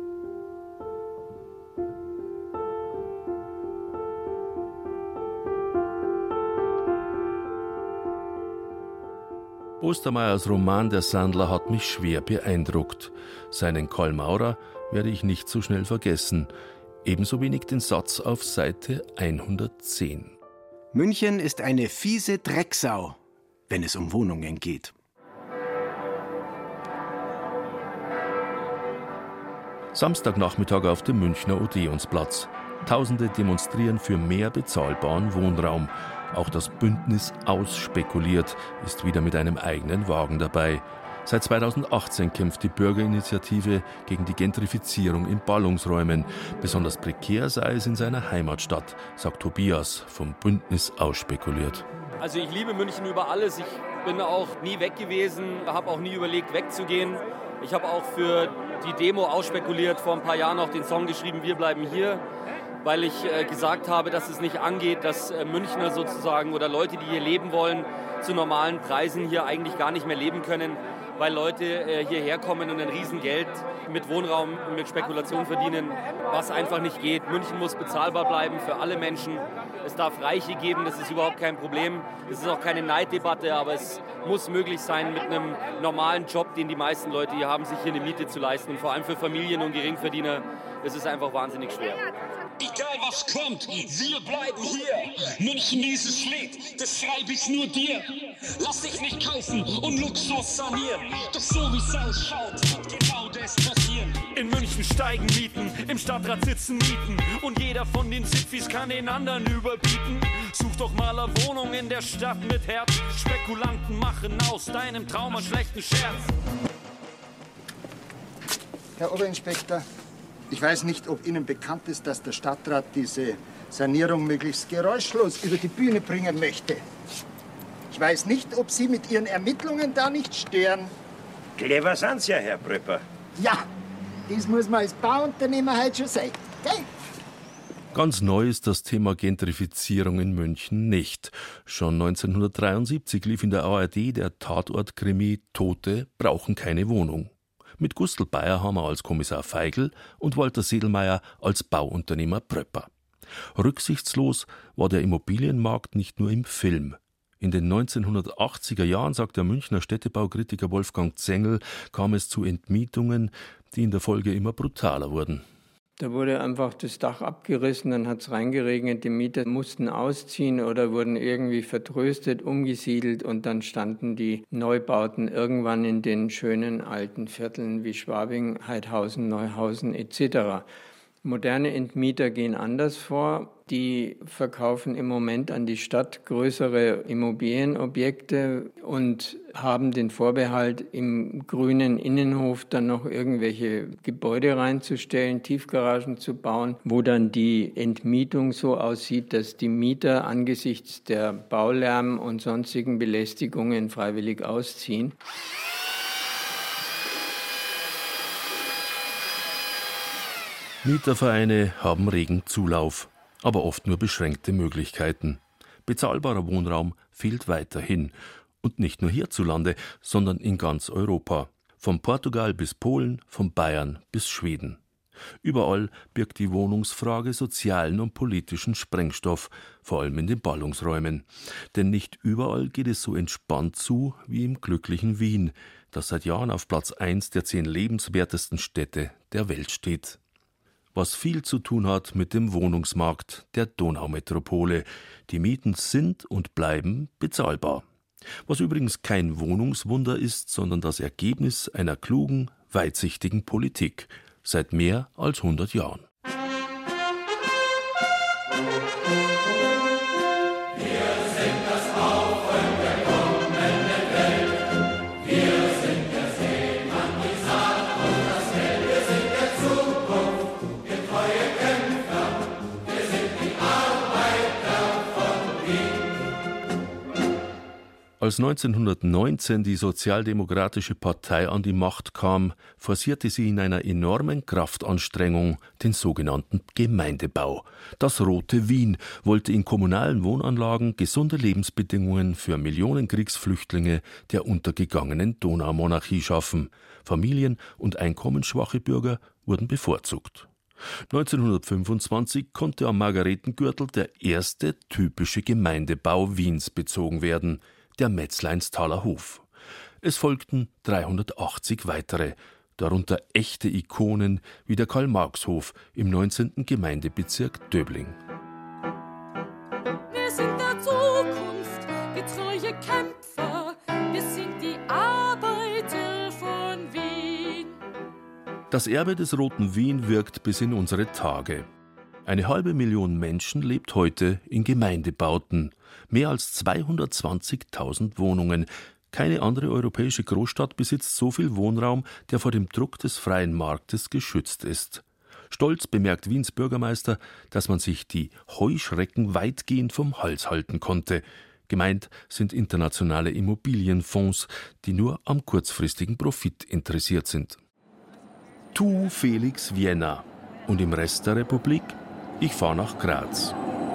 Speaker 4: Ostermeiers Roman Der Sandler hat mich schwer beeindruckt. Seinen Karl Maurer werde ich nicht so schnell vergessen. Ebenso wenig den Satz auf Seite 110.
Speaker 5: München ist eine fiese Drecksau, wenn es um Wohnungen geht.
Speaker 4: Samstagnachmittag auf dem Münchner Odeonsplatz. Tausende demonstrieren für mehr bezahlbaren Wohnraum. Auch das Bündnis Ausspekuliert ist wieder mit einem eigenen Wagen dabei. Seit 2018 kämpft die Bürgerinitiative gegen die Gentrifizierung in Ballungsräumen. Besonders prekär sei es in seiner Heimatstadt, sagt Tobias vom Bündnis Ausspekuliert.
Speaker 16: Also ich liebe München über alles. Ich bin auch nie weg gewesen, habe auch nie überlegt, wegzugehen. Ich habe auch für die Demo Ausspekuliert vor ein paar Jahren auch den Song geschrieben, Wir bleiben hier, weil ich gesagt habe, dass es nicht angeht, dass Münchner sozusagen oder Leute, die hier leben wollen, zu normalen Preisen hier eigentlich gar nicht mehr leben können, weil Leute hierher kommen und ein Riesengeld mit Wohnraum und mit Spekulation verdienen, was einfach nicht geht. München muss bezahlbar bleiben für alle Menschen. Es darf Reiche geben, das ist überhaupt kein Problem. Es ist auch keine Neiddebatte, aber es muss möglich sein, mit einem normalen Job, den die meisten Leute hier haben, sich hier eine Miete zu leisten. Und vor allem für Familien und Geringverdiener ist es einfach wahnsinnig schwer.
Speaker 17: Egal was kommt, wir bleiben hier. München dieses Lied, das schreibe ich nur dir. Lass dich nicht kaufen und Luxus sanieren. Doch so wie's ausschaut, genau das passieren.
Speaker 18: In München steigen Mieten, im Stadtrat sitzen Mieten. Und jeder von den Zipfis kann den anderen überbieten. Such doch mal eine Wohnung in der Stadt mit Herz. Spekulanten machen aus deinem Traum einen schlechten Scherz.
Speaker 19: Herr Oberinspektor, ich weiß nicht, ob Ihnen bekannt ist, dass der Stadtrat diese Sanierung möglichst geräuschlos über die Bühne bringen möchte. Ich weiß nicht, ob Sie mit Ihren Ermittlungen da nicht stören.
Speaker 20: Clever sind Sie ja, Herr Pröpper.
Speaker 19: Ja, das muss man als Bauunternehmer halt schon sein. Gell?
Speaker 4: Ganz neu ist das Thema Gentrifizierung in München nicht. Schon 1973 lief in der ARD der Tatort-Krimi Tote brauchen keine Wohnung. Mit Gustl Bayerhammer als Kommissar Feigl und Walter Sedelmeier als Bauunternehmer Pröpper. Rücksichtslos war der Immobilienmarkt nicht nur im Film. In den 1980er Jahren, sagt der Münchner Städtebaukritiker Wolfgang Zengel, kam es zu Entmietungen, die in der Folge immer brutaler wurden.
Speaker 6: Da wurde einfach das Dach abgerissen, dann hat es reingeregnet, die Mieter mussten ausziehen oder wurden irgendwie vertröstet, umgesiedelt und dann standen die Neubauten irgendwann in den schönen alten Vierteln wie Schwabing, Heidhausen, Neuhausen etc. Moderne Entmieter gehen anders vor. Die verkaufen im Moment an die Stadt größere Immobilienobjekte und haben den Vorbehalt, im grünen Innenhof dann noch irgendwelche Gebäude reinzustellen, Tiefgaragen zu bauen, wo dann die Entmietung so aussieht, dass die Mieter angesichts der Baulärm und sonstigen Belästigungen freiwillig ausziehen.
Speaker 4: Mietervereine haben regen Zulauf, aber oft nur beschränkte Möglichkeiten. Bezahlbarer Wohnraum fehlt weiterhin. Und nicht nur hierzulande, sondern in ganz Europa. Von Portugal bis Polen, von Bayern bis Schweden. Überall birgt die Wohnungsfrage sozialen und politischen Sprengstoff, vor allem in den Ballungsräumen. Denn nicht überall geht es so entspannt zu wie im glücklichen Wien, das seit Jahren auf Platz 1 der 10 lebenswertesten Städte der Welt steht. Was viel zu tun hat mit dem Wohnungsmarkt der Donaumetropole. Die Mieten sind und bleiben bezahlbar. Was übrigens kein Wohnungswunder ist, sondern das Ergebnis einer klugen, weitsichtigen Politik seit mehr als 100 Jahren. Als 1919 die Sozialdemokratische Partei an die Macht kam, forcierte sie in einer enormen Kraftanstrengung den sogenannten Gemeindebau. Das Rote Wien wollte in kommunalen Wohnanlagen gesunde Lebensbedingungen für Millionen Kriegsflüchtlinge der untergegangenen Donaumonarchie schaffen. Familien- und einkommensschwache Bürger wurden bevorzugt. 1925 konnte am Margaretengürtel der erste typische Gemeindebau Wiens bezogen werden, der Metzleinstaler Hof. Es folgten 380 weitere, darunter echte Ikonen wie der Karl-Marx-Hof im 19. Gemeindebezirk Döbling.
Speaker 7: Wir sind der Zukunft, getreue Kämpfer, wir sind die Arbeiter von Wien.
Speaker 4: Das Erbe des Roten Wien wirkt bis in unsere Tage. 500.000 Menschen lebt heute in Gemeindebauten. Mehr als 220.000 Wohnungen. Keine andere europäische Großstadt besitzt so viel Wohnraum, der vor dem Druck des freien Marktes geschützt ist. Stolz bemerkt Wiens Bürgermeister, dass man sich die Heuschrecken weitgehend vom Hals halten konnte. Gemeint sind internationale Immobilienfonds, die nur am kurzfristigen Profit interessiert sind. Tu Felix Vienna. Und im Rest der Republik? Ich fahre nach Graz.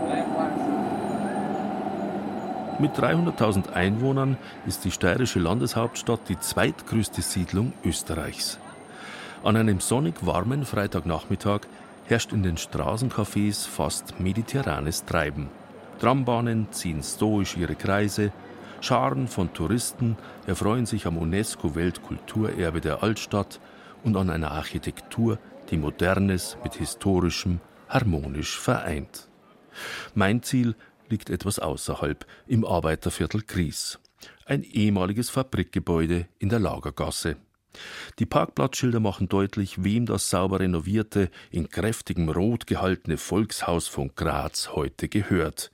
Speaker 4: Mit 300.000 Einwohnern ist die steirische Landeshauptstadt die zweitgrößte Siedlung Österreichs. An einem sonnig warmen Freitagnachmittag herrscht in den Straßencafés fast mediterranes Treiben. Trambahnen ziehen stoisch ihre Kreise, Scharen von Touristen erfreuen sich am UNESCO-Weltkulturerbe der Altstadt und an einer Architektur, die Modernes mit Historischem harmonisch vereint. Mein Ziel liegt etwas außerhalb, im Arbeiterviertel Gries. Ein ehemaliges Fabrikgebäude in der Lagergasse. Die Parkplatzschilder machen deutlich, wem das sauber renovierte, in kräftigem Rot gehaltene Volkshaus von Graz heute gehört.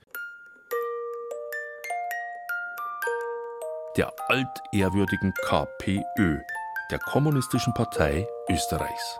Speaker 4: Der altehrwürdigen KPÖ, der Kommunistischen Partei Österreichs.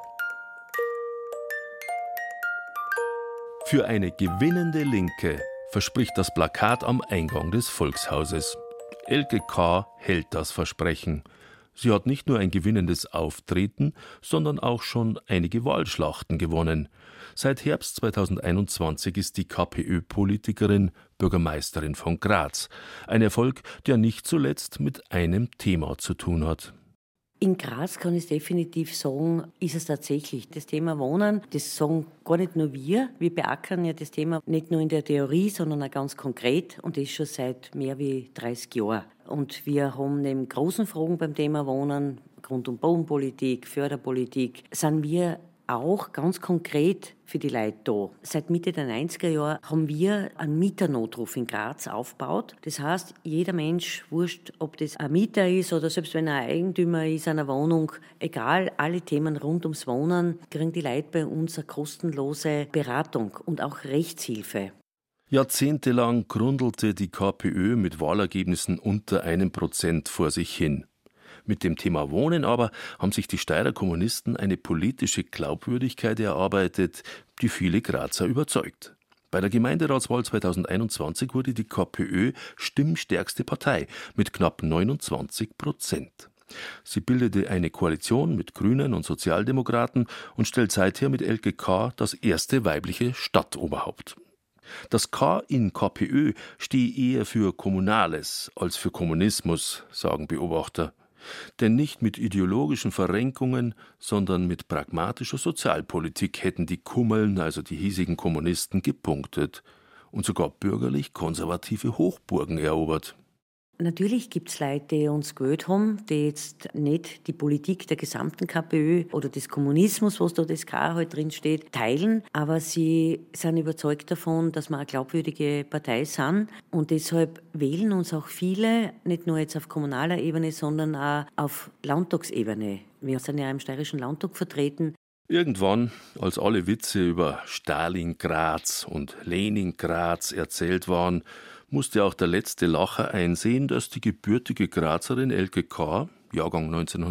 Speaker 4: Für eine gewinnende Linke verspricht das Plakat am Eingang des Volkshauses. Elke K. hält das Versprechen. Sie hat nicht nur ein gewinnendes Auftreten, sondern auch schon einige Wahlschlachten gewonnen. Seit Herbst 2021 ist die KPÖ-Politikerin Bürgermeisterin von Graz. Ein Erfolg, der nicht zuletzt mit einem Thema zu tun hat.
Speaker 21: In Graz kann ich definitiv sagen, ist es tatsächlich das Thema Wohnen. Das sagen gar nicht nur wir. Wir beackern ja das Thema nicht nur in der Theorie, sondern auch ganz konkret. Und das schon seit mehr wie 30 Jahren. Und wir haben neben großen Fragen beim Thema Wohnen, rund um Bodenpolitik, Förderpolitik, sind wir auch ganz konkret für die Leute da. Seit Mitte der 90er Jahre haben wir einen Mieternotruf in Graz aufgebaut. Das heißt, jeder Mensch, wurscht, ob das ein Mieter ist oder selbst wenn er ein Eigentümer ist einer Wohnung, egal, alle Themen rund ums Wohnen, kriegen die Leute bei uns eine kostenlose Beratung und auch Rechtshilfe.
Speaker 4: Jahrzehntelang grundelte die KPÖ mit Wahlergebnissen unter 1% vor sich hin. Mit dem Thema Wohnen aber haben sich die Steirer Kommunisten eine politische Glaubwürdigkeit erarbeitet, die viele Grazer überzeugt. Bei der Gemeinderatswahl 2021 wurde die KPÖ stimmstärkste Partei mit knapp 29%. Sie bildete eine Koalition mit Grünen und Sozialdemokraten und stellt seither mit Elke K. das erste weibliche Stadtoberhaupt. Das K in KPÖ stehe eher für Kommunales als für Kommunismus, sagen Beobachter. Denn nicht mit ideologischen Verrenkungen, sondern mit pragmatischer Sozialpolitik hätten die Kummeln, also die hiesigen Kommunisten, gepunktet und sogar bürgerlich-konservative Hochburgen erobert.
Speaker 21: Natürlich gibt es Leute, die uns gewählt haben, die jetzt nicht die Politik der gesamten KPÖ oder des Kommunismus, was da das K halt drin steht, teilen, aber sie sind überzeugt davon, dass wir eine glaubwürdige Partei sind und deshalb wählen uns auch viele, nicht nur jetzt auf kommunaler Ebene, sondern auch auf Landtagsebene. Wir sind ja im Steirischen Landtag vertreten.
Speaker 4: Irgendwann, als alle Witze über Stalingraz und Leningraz erzählt waren, musste auch der letzte Lacher einsehen, dass die gebürtige Grazerin Elke K., Jahrgang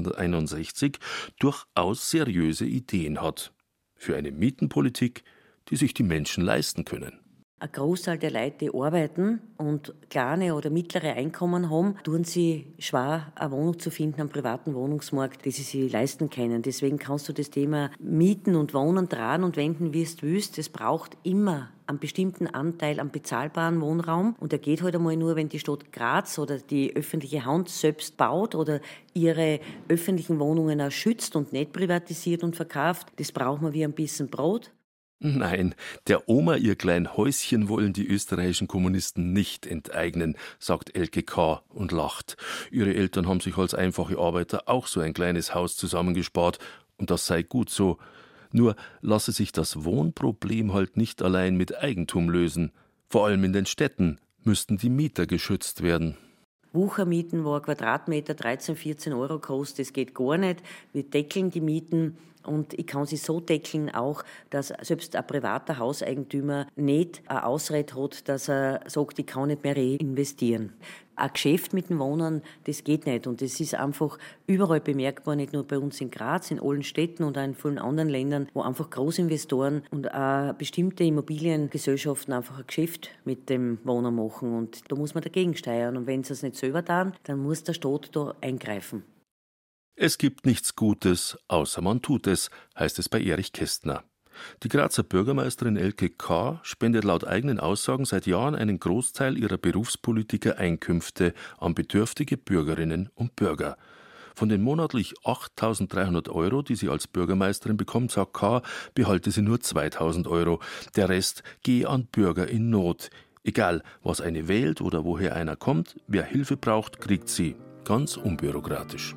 Speaker 4: 1961, durchaus seriöse Ideen hat. Für eine Mietenpolitik, die sich die Menschen leisten können.
Speaker 21: Ein Großteil der Leute, die arbeiten und kleine oder mittlere Einkommen haben, tun sie schwer, eine Wohnung zu finden am privaten Wohnungsmarkt, die sie sich leisten können. Deswegen kannst du das Thema Mieten und Wohnen drehen und wenden, wie es willst. Es braucht immer einen bestimmten Anteil an bezahlbaren Wohnraum. Und der geht halt einmal nur, wenn die Stadt Graz oder die öffentliche Hand selbst baut oder ihre öffentlichen Wohnungen auch schützt und nicht privatisiert und verkauft. Das braucht man wie ein bisschen Brot.
Speaker 4: Nein, der Oma ihr klein Häuschen wollen die österreichischen Kommunisten nicht enteignen, sagt Elke K. und lacht. Ihre Eltern haben sich als einfache Arbeiter auch so ein kleines Haus zusammengespart und das sei gut so. Nur lasse sich das Wohnproblem halt nicht allein mit Eigentum lösen. Vor allem in den Städten müssten die Mieter geschützt werden.
Speaker 21: Wuchermieten, wo ein Quadratmeter 13, 14 Euro kostet, das geht gar nicht. Wir deckeln die Mieten und ich kann sie so deckeln auch, dass selbst ein privater Hauseigentümer nicht eine Ausrede hat, dass er sagt, ich kann nicht mehr reinvestieren. Ein Geschäft mit dem Wohnen, das geht nicht und das ist einfach überall bemerkbar, nicht nur bei uns in Graz, in allen Städten und auch in vielen anderen Ländern, wo einfach Großinvestoren und auch bestimmte Immobiliengesellschaften einfach ein Geschäft mit dem Wohnen machen und da muss man dagegen steuern und wenn sie es nicht selber tun, dann muss der Staat da eingreifen.
Speaker 4: Es gibt nichts Gutes, außer man tut es, heißt es bei Erich Kästner. Die Grazer Bürgermeisterin Elke K. spendet laut eigenen Aussagen seit Jahren einen Großteil ihrer Berufspolitiker-Einkünfte an bedürftige Bürgerinnen und Bürger. Von den monatlich 8.300 Euro, die sie als Bürgermeisterin bekommt, sagt K., behalte sie nur 2.000 Euro. Der Rest gehe an Bürger in Not. Egal, was eine wählt oder woher einer kommt, wer Hilfe braucht, kriegt sie. Ganz unbürokratisch.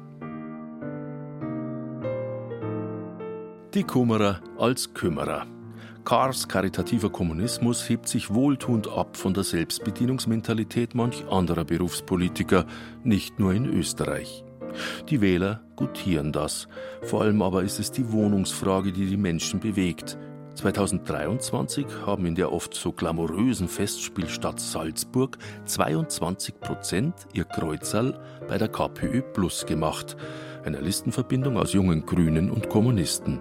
Speaker 4: Die Kummerer als Kümmerer. Kars karitativer Kommunismus hebt sich wohltuend ab von der Selbstbedienungsmentalität manch anderer Berufspolitiker, nicht nur in Österreich. Die Wähler gutieren das. Vor allem aber ist es die Wohnungsfrage, die die Menschen bewegt. 2023 haben in der oft so glamourösen Festspielstadt Salzburg 22% ihr Kreuzerl bei der KPÖ Plus gemacht, einer Listenverbindung aus jungen Grünen und Kommunisten.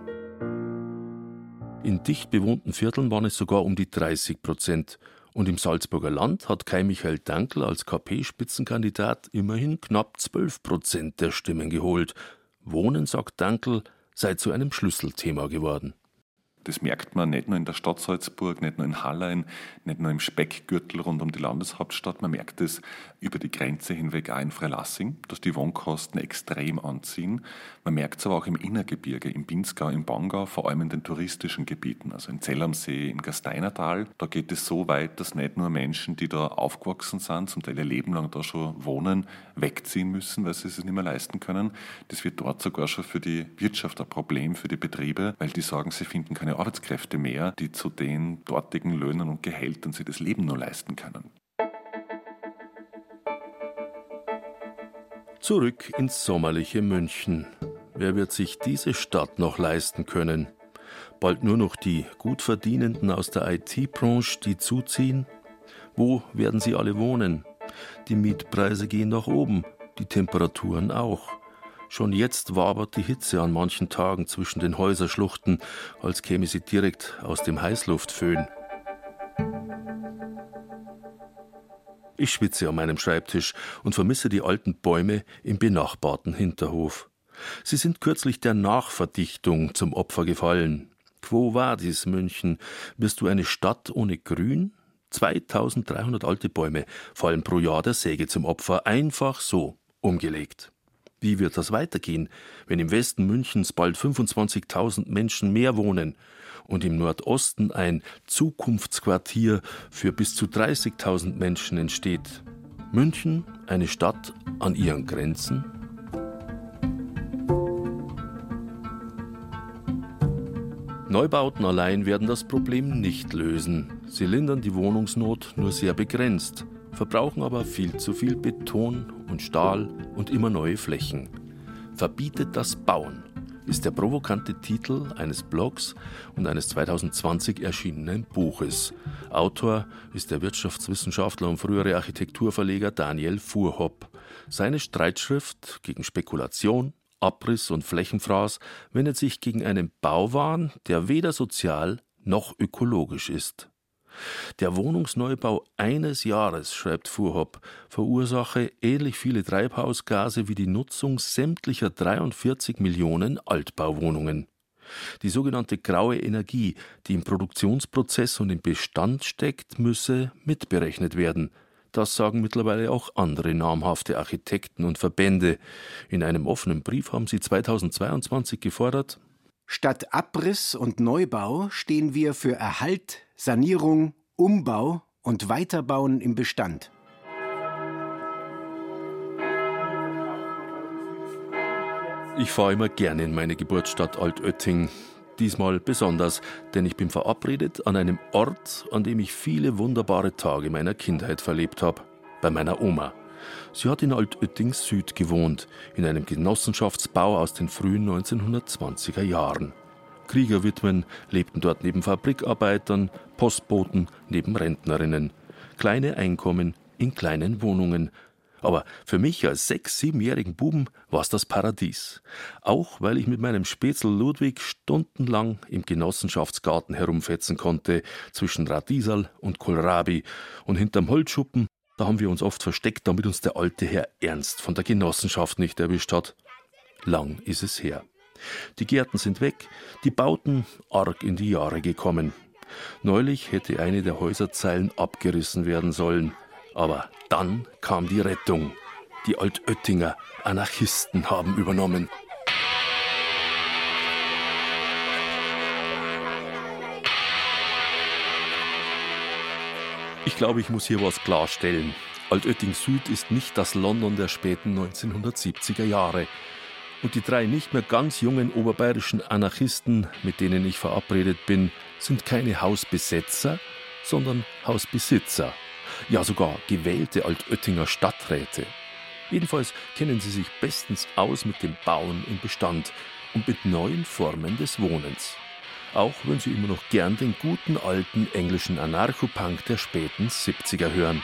Speaker 4: In dicht bewohnten Vierteln waren es sogar um die 30%. Und im Salzburger Land hat Kai Michael Dankl als KP-Spitzenkandidat immerhin knapp 12% der Stimmen geholt. Wohnen, sagt Dankl, sei zu einem Schlüsselthema geworden.
Speaker 1: Das merkt man nicht nur in der Stadt Salzburg, nicht nur in Hallein, nicht nur im Speckgürtel rund um die Landeshauptstadt. Man merkt es über die Grenze hinweg auch in Freilassing, dass die Wohnkosten extrem anziehen. Man merkt es aber auch im Innergebirge, im Pinzgau, im Bangau, vor allem in den touristischen Gebieten, also in Zell am See, im Gasteinertal. Da geht es so weit, dass nicht nur Menschen, die da aufgewachsen sind, zum Teil ihr Leben lang da schon wohnen, wegziehen müssen, weil sie es nicht mehr leisten können. Das wird dort sogar schon für die Wirtschaft ein Problem, für die Betriebe, weil die sagen, sie finden keine Arbeitskräfte mehr, die zu den dortigen Löhnen und Gehältern sich das Leben nur leisten können.
Speaker 4: Zurück ins sommerliche München. Wer wird sich diese Stadt noch leisten können? Bald nur noch die Gutverdienenden aus der IT-Branche, die zuziehen? Wo werden sie alle wohnen? Die Mietpreise gehen nach oben, die Temperaturen auch. Schon jetzt wabert die Hitze an manchen Tagen zwischen den Häuserschluchten, als käme sie direkt aus dem Heißluftföhn. Ich schwitze an meinem Schreibtisch und vermisse die alten Bäume im benachbarten Hinterhof. Sie sind kürzlich der Nachverdichtung zum Opfer gefallen. Quo vadis, München? Wirst du eine Stadt ohne Grün? 2300 alte Bäume fallen pro Jahr der Säge zum Opfer, einfach so umgelegt. Wie wird das weitergehen, wenn im Westen Münchens bald 25.000 Menschen mehr wohnen und im Nordosten ein Zukunftsquartier für bis zu 30.000 Menschen entsteht? München, eine Stadt an ihren Grenzen? Neubauten allein werden das Problem nicht lösen. Sie lindern die Wohnungsnot nur sehr begrenzt, verbrauchen aber viel zu viel Beton und Stahl und immer neue Flächen. Verbietet das Bauen ist der provokante Titel eines Blogs und eines 2020 erschienenen Buches. Autor ist der Wirtschaftswissenschaftler und frühere Architekturverleger Daniel Fuhrhopp. Seine Streitschrift gegen Spekulation, Abriss und Flächenfraß wendet sich gegen einen Bauwahn, der weder sozial noch ökologisch ist. Der Wohnungsneubau eines Jahres, schreibt Fuhrhopp, verursache ähnlich viele Treibhausgase wie die Nutzung sämtlicher 43 Millionen Altbauwohnungen. Die sogenannte graue Energie, die im Produktionsprozess und im Bestand steckt, müsse mitberechnet werden. Das sagen mittlerweile auch andere namhafte Architekten und Verbände. In einem offenen Brief haben sie 2022 gefordert:
Speaker 5: Statt Abriss und Neubau stehen wir für Erhalt, Sanierung, Umbau und Weiterbauen im Bestand.
Speaker 4: Ich fahre immer gerne in meine Geburtsstadt Altötting. Diesmal besonders, denn ich bin verabredet an einem Ort, an dem ich viele wunderbare Tage meiner Kindheit verlebt habe. Bei meiner Oma. Sie hat in Altötting Süd gewohnt, in einem Genossenschaftsbau aus den frühen 1920er Jahren. Kriegerwitwen lebten dort neben Fabrikarbeitern, Postboten neben Rentnerinnen. Kleine Einkommen in kleinen Wohnungen. Aber für mich als 6-, 7-jährigen Buben war es das Paradies. Auch weil ich mit meinem Spätzl Ludwig stundenlang im Genossenschaftsgarten herumfetzen konnte, zwischen Radieserl und Kohlrabi. Und hinterm Holzschuppen, da haben wir uns oft versteckt, damit uns der alte Herr Ernst von der Genossenschaft nicht erwischt hat. Lang ist es her. Die Gärten sind weg, die Bauten arg in die Jahre gekommen. Neulich hätte eine der Häuserzeilen abgerissen werden sollen. Aber dann kam die Rettung. Die Altöttinger Anarchisten haben übernommen. Ich glaube, ich muss hier was klarstellen. Altötting Süd ist nicht das London der späten 1970er Jahre. Und die 3 nicht mehr ganz jungen oberbayerischen Anarchisten, mit denen ich verabredet bin, sind keine Hausbesetzer, sondern Hausbesitzer. Ja, sogar gewählte Altöttinger Stadträte. Jedenfalls kennen sie sich bestens aus mit dem Bauen im Bestand und mit neuen Formen des Wohnens. Auch wenn sie immer noch gern den guten alten englischen Anarcho-Punk der späten 70er hören.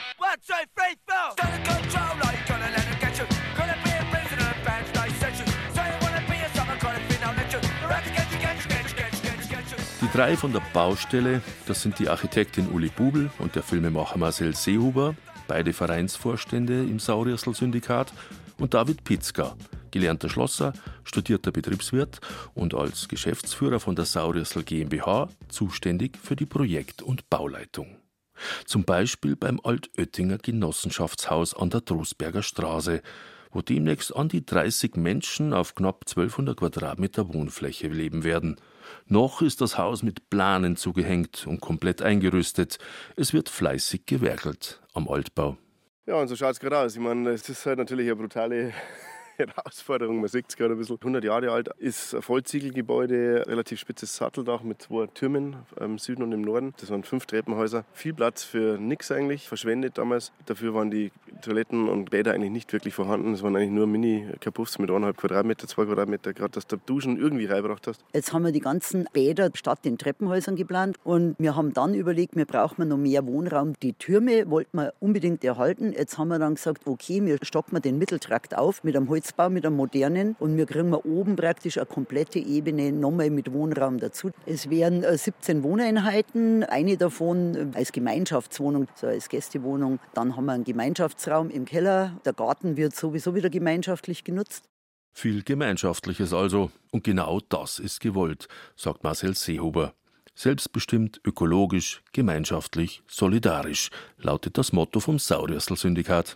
Speaker 4: Die 3 von der Baustelle, das sind die Architektin Uli Bubel und der Filmemacher Marcel Seehuber, beide Vereinsvorstände im Sauriersl-Syndikat, und David Pitzka, Gelernter Schlosser, studierter Betriebswirt und als Geschäftsführer von der Sauriersl GmbH zuständig für die Projekt- und Bauleitung. Zum Beispiel beim Altöttinger Genossenschaftshaus an der Trostberger Straße, wo demnächst an die 30 Menschen auf knapp 1200 Quadratmeter Wohnfläche leben werden. Noch ist das Haus mit Planen zugehängt und komplett eingerüstet. Es wird fleißig gewerkelt am Altbau.
Speaker 3: Ja, und so schaut es gerade aus. Ich meine, es ist halt natürlich eine brutale Herausforderung. Man sieht es gerade ein bisschen. 100 Jahre alt, ist ein Vollziegelgebäude, relativ spitzes Satteldach mit 2 Türmen im Süden und im Norden. Das waren 5 Treppenhäuser. Viel Platz für nichts eigentlich, verschwendet damals. Dafür waren die Toiletten und Bäder eigentlich nicht wirklich vorhanden. Es waren eigentlich nur Mini-Kapuffs mit 1,5 Quadratmeter, 2 Quadratmeter, gerade dass du Duschen irgendwie reingebracht hast.
Speaker 22: Jetzt haben wir die ganzen Bäder statt den Treppenhäusern geplant und wir haben dann überlegt, wir brauchen noch mehr Wohnraum. Die Türme wollten wir unbedingt erhalten. Jetzt haben wir dann gesagt, okay, wir stocken den Mitteltrakt auf mit einem Holzbau, mit einem modernen und wir kriegen oben praktisch eine komplette Ebene nochmal mit Wohnraum dazu. Es wären 17 Wohneinheiten, eine davon als Gemeinschaftswohnung, so als Gästewohnung. Dann haben wir einen Gemeinschaftsraum im Keller. Der Garten wird sowieso wieder gemeinschaftlich genutzt.
Speaker 4: Viel Gemeinschaftliches also. Und genau das ist gewollt, sagt Marcel Seehuber. Selbstbestimmt, ökologisch, gemeinschaftlich, solidarisch, lautet das Motto vom Sauriersl-Syndikat.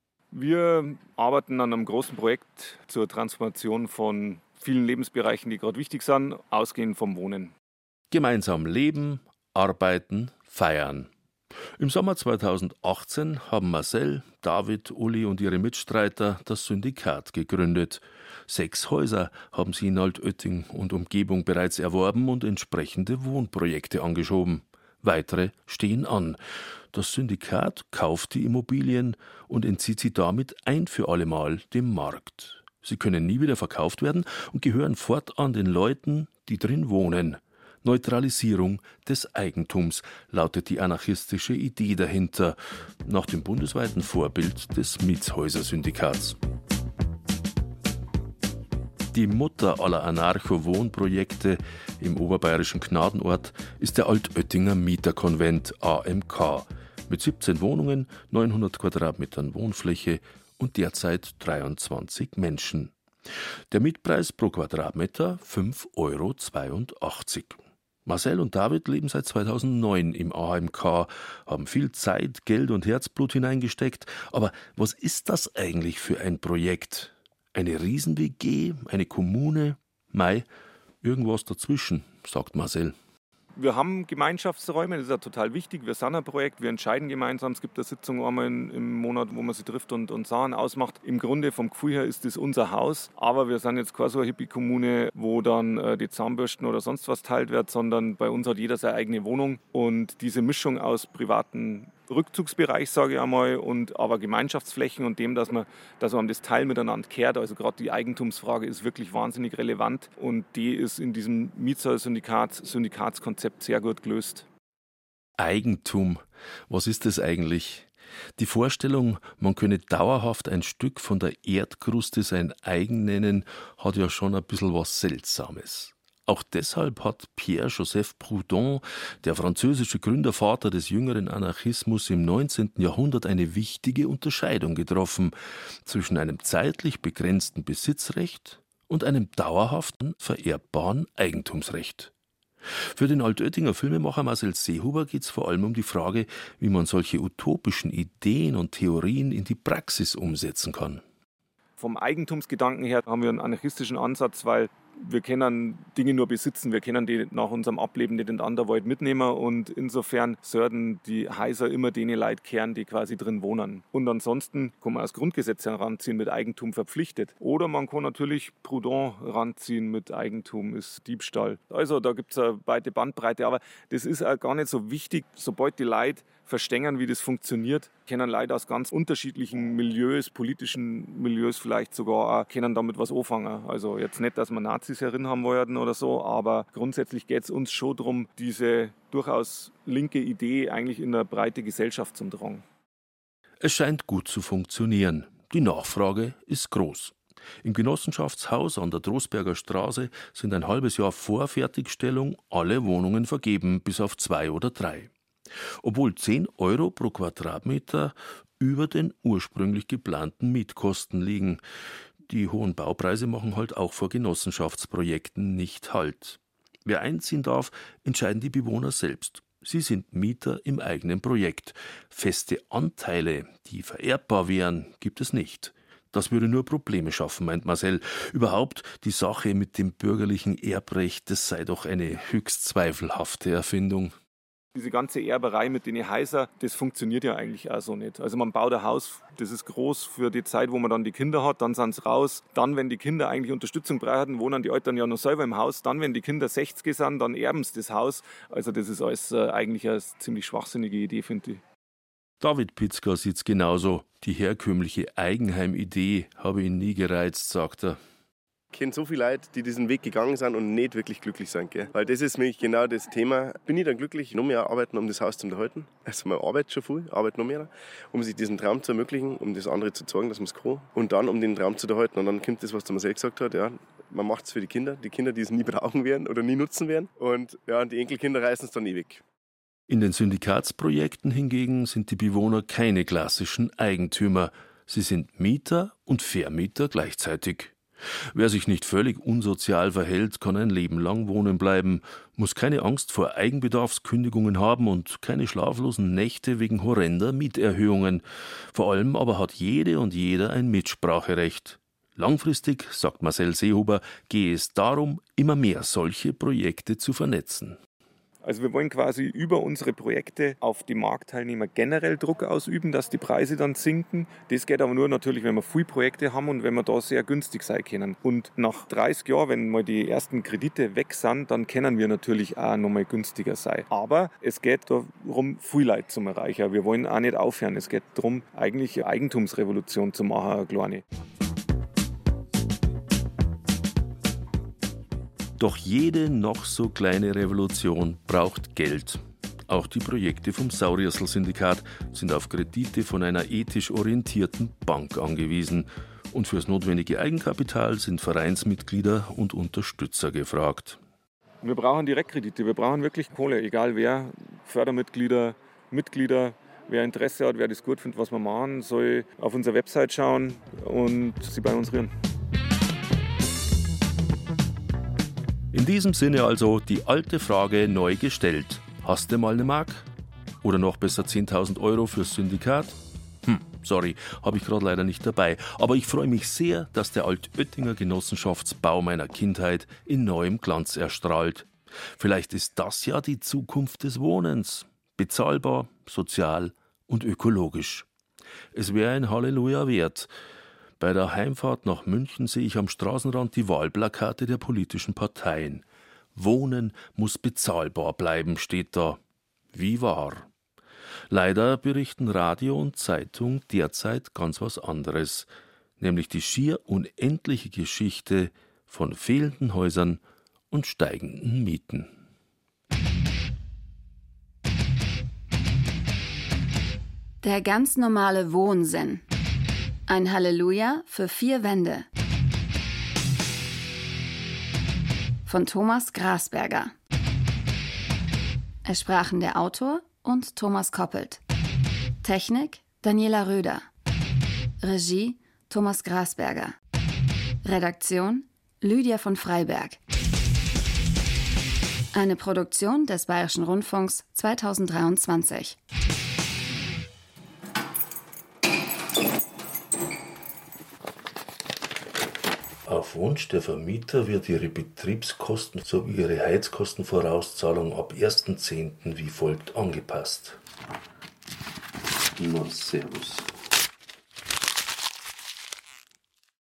Speaker 23: Wir arbeiten an einem großen Projekt zur Transformation von vielen Lebensbereichen, die gerade wichtig sind, ausgehend vom Wohnen.
Speaker 4: Gemeinsam leben, arbeiten, feiern. Im Sommer 2018 haben Marcel, David, Uli und ihre Mitstreiter das Syndikat gegründet. 6 Häuser haben sie in Altötting und Umgebung bereits erworben und entsprechende Wohnprojekte angeschoben. Weitere stehen an. Das Syndikat kauft die Immobilien und entzieht sie damit ein für allemal dem Markt. Sie können nie wieder verkauft werden und gehören fortan den Leuten, die drin wohnen. Neutralisierung des Eigentums lautet die anarchistische Idee dahinter, nach dem bundesweiten Vorbild des Mietshäuser-Syndikats. Die Mutter aller Anarcho-Wohnprojekte im oberbayerischen Gnadenort ist der Altöttinger Mieterkonvent AMK mit 17 Wohnungen, 900 Quadratmetern Wohnfläche und derzeit 23 Menschen. Der Mietpreis pro Quadratmeter 5,82 €. Marcel und David leben seit 2009 im AMK, haben viel Zeit, Geld und Herzblut hineingesteckt. Aber was ist das eigentlich für ein Projekt? Eine Riesen-WG, eine Kommune? Mei, irgendwas dazwischen, sagt Marcel.
Speaker 23: Wir haben Gemeinschaftsräume, das ist ja total wichtig. Wir sind ein Projekt, wir entscheiden gemeinsam. Es gibt eine Sitzung einmal im Monat, wo man sich trifft und Sachen ausmacht. Im Grunde vom Gefühl her ist das unser Haus. Aber wir sind jetzt keine so eine Hippie-Kommune, wo dann die Zahnbürsten oder sonst was teilt wird, sondern bei uns hat jeder seine eigene Wohnung. Und diese Mischung aus privaten Rückzugsbereich, sage ich einmal, und aber Gemeinschaftsflächen und dem, dass man das Teil miteinander kehrt. Also gerade die Eigentumsfrage ist wirklich wahnsinnig relevant und die ist in diesem Mietshäuser-Syndikatskonzept sehr gut gelöst.
Speaker 4: Eigentum, was ist das eigentlich? Die Vorstellung, man könne dauerhaft ein Stück von der Erdkruste sein eigen nennen, hat ja schon ein bisschen was Seltsames. Auch deshalb hat Pierre-Joseph Proudhon, der französische Gründervater des jüngeren Anarchismus im 19. Jahrhundert, eine wichtige Unterscheidung getroffen zwischen einem zeitlich begrenzten Besitzrecht und einem dauerhaften, vererbbaren Eigentumsrecht. Für den Altöttinger Filmemacher Marcel Seehuber geht es vor allem um die Frage, wie man solche utopischen Ideen und Theorien in die Praxis umsetzen kann.
Speaker 23: Vom Eigentumsgedanken her haben wir einen anarchistischen Ansatz, weil wir können Dinge nur besitzen, wir können die nach unserem Ableben nicht in den Anderwald mitnehmen und insofern sollten die Häuser immer denen Leute kehren, die quasi drin wohnen. Und ansonsten kann man das Grundgesetz heranziehen mit Eigentum verpflichtet. Oder man kann natürlich Proudhon ranziehen mit Eigentum ist Diebstahl. Also da gibt es eine weite Bandbreite, aber das ist auch gar nicht so wichtig, sobald die Leute verstehen, wie das funktioniert, können Leute aus ganz unterschiedlichen Milieus, politischen Milieus vielleicht sogar auch, können damit was anfangen. Also jetzt nicht, dass wir Nazis herin haben wollten oder so, aber grundsätzlich geht es uns schon darum, diese durchaus linke Idee eigentlich in eine breite Gesellschaft zu tragen.
Speaker 4: Es scheint gut zu funktionieren. Die Nachfrage ist groß. Im Genossenschaftshaus an der Trostberger Straße sind ein halbes Jahr vor Fertigstellung alle Wohnungen vergeben, bis auf 2 oder 3. Obwohl 10 € pro Quadratmeter über den ursprünglich geplanten Mietkosten liegen. Die hohen Baupreise machen halt auch vor Genossenschaftsprojekten nicht Halt. Wer einziehen darf, entscheiden die Bewohner selbst. Sie sind Mieter im eigenen Projekt. Feste Anteile, die vererbbar wären, gibt es nicht. Das würde nur Probleme schaffen, meint Marcel. Überhaupt, die Sache mit dem bürgerlichen Erbrecht, das sei doch eine höchst zweifelhafte Erfindung.
Speaker 23: Diese ganze Erberei mit den Häusern, das funktioniert ja eigentlich auch so nicht. Also man baut ein Haus, das ist groß für die Zeit, wo man dann die Kinder hat, dann sind sie raus. Dann, wenn die Kinder eigentlich Unterstützung brauchen, wohnen die Eltern ja noch selber im Haus. Dann, wenn die Kinder 60 sind, dann erben sie das Haus. Also das ist alles eigentlich eine ziemlich schwachsinnige Idee, finde ich.
Speaker 4: David Pitzka sieht's genauso. Die herkömmliche Eigenheimidee habe ihn nie gereizt, sagt er.
Speaker 3: Ich kenne so viele Leute, die diesen Weg gegangen sind und nicht wirklich glücklich sind. Gell? Weil das ist nämlich genau das Thema. Bin ich dann glücklich, noch mehr arbeiten, um das Haus zu unterhalten? Also man arbeitet schon viel, arbeitet noch mehr, um sich diesen Traum zu ermöglichen, um das andere zu zeigen, dass man es kann. Und dann, um den Traum zu unterhalten. Und dann kommt das, was der Marcel gesagt hat, ja, man macht es für die Kinder, die es nie brauchen werden oder nie nutzen werden. Und ja, die Enkelkinder reißen es dann eh weg.
Speaker 4: In den Syndikatsprojekten hingegen sind die Bewohner keine klassischen Eigentümer. Sie sind Mieter und Vermieter gleichzeitig. Wer sich nicht völlig unsozial verhält, kann ein Leben lang wohnen bleiben, muss keine Angst vor Eigenbedarfskündigungen haben und keine schlaflosen Nächte wegen horrender Mieterhöhungen. Vor allem aber hat jede und jeder ein Mitspracherecht. Langfristig, sagt Marcel Seehuber, gehe es darum, immer mehr solche Projekte zu vernetzen.
Speaker 23: Also wir wollen quasi über unsere Projekte auf die Marktteilnehmer generell Druck ausüben, dass die Preise dann sinken. Das geht aber nur natürlich, wenn wir viele Projekte haben und wenn wir da sehr günstig sein können. Und nach 30 Jahren, wenn mal die ersten Kredite weg sind, dann können wir natürlich auch nochmal günstiger sein. Aber es geht darum, viel Leute zu erreichen. Wir wollen auch nicht aufhören. Es geht darum, eigentlich eine Eigentumsrevolution zu machen, eine kleine.
Speaker 4: Doch jede noch so kleine Revolution braucht Geld. Auch die Projekte vom Sauriersl-Syndikat sind auf Kredite von einer ethisch orientierten Bank angewiesen. Und fürs notwendige Eigenkapital sind Vereinsmitglieder und Unterstützer gefragt.
Speaker 23: Wir brauchen Direktkredite, wir brauchen wirklich Kohle, egal wer, Fördermitglieder, Mitglieder. Wer Interesse hat, wer das gut findet, was wir machen, soll auf unsere Website schauen und sich bei uns rühren.
Speaker 4: In diesem Sinne also die alte Frage neu gestellt. Hast du mal eine Mark? Oder noch besser 10.000 Euro fürs Syndikat? Sorry, habe ich gerade leider nicht dabei. Aber ich freue mich sehr, dass der Altöttinger Genossenschaftsbau meiner Kindheit in neuem Glanz erstrahlt. Vielleicht ist das ja die Zukunft des Wohnens. Bezahlbar, sozial und ökologisch. Es wäre ein Halleluja wert. Bei der Heimfahrt nach München sehe ich am Straßenrand die Wahlplakate der politischen Parteien. Wohnen muss bezahlbar bleiben, steht da. Wie wahr. Leider berichten Radio und Zeitung derzeit ganz was anderes, nämlich die schier unendliche Geschichte von fehlenden Häusern und steigenden Mieten.
Speaker 8: Der ganz normale Wohnsinn. Ein Halleluja für 4 Wände. Von Thomas Grasberger. Es sprachen der Autor und Thomas Koppelt. Technik Daniela Röder. Regie Thomas Grasberger. Redaktion Lydia von Freiberg. Eine Produktion des Bayerischen Rundfunks 2023.
Speaker 2: Auf Wunsch der Vermieter wird ihre Betriebskosten sowie ihre Heizkostenvorauszahlung ab 1.10. wie folgt angepasst. Na, servus.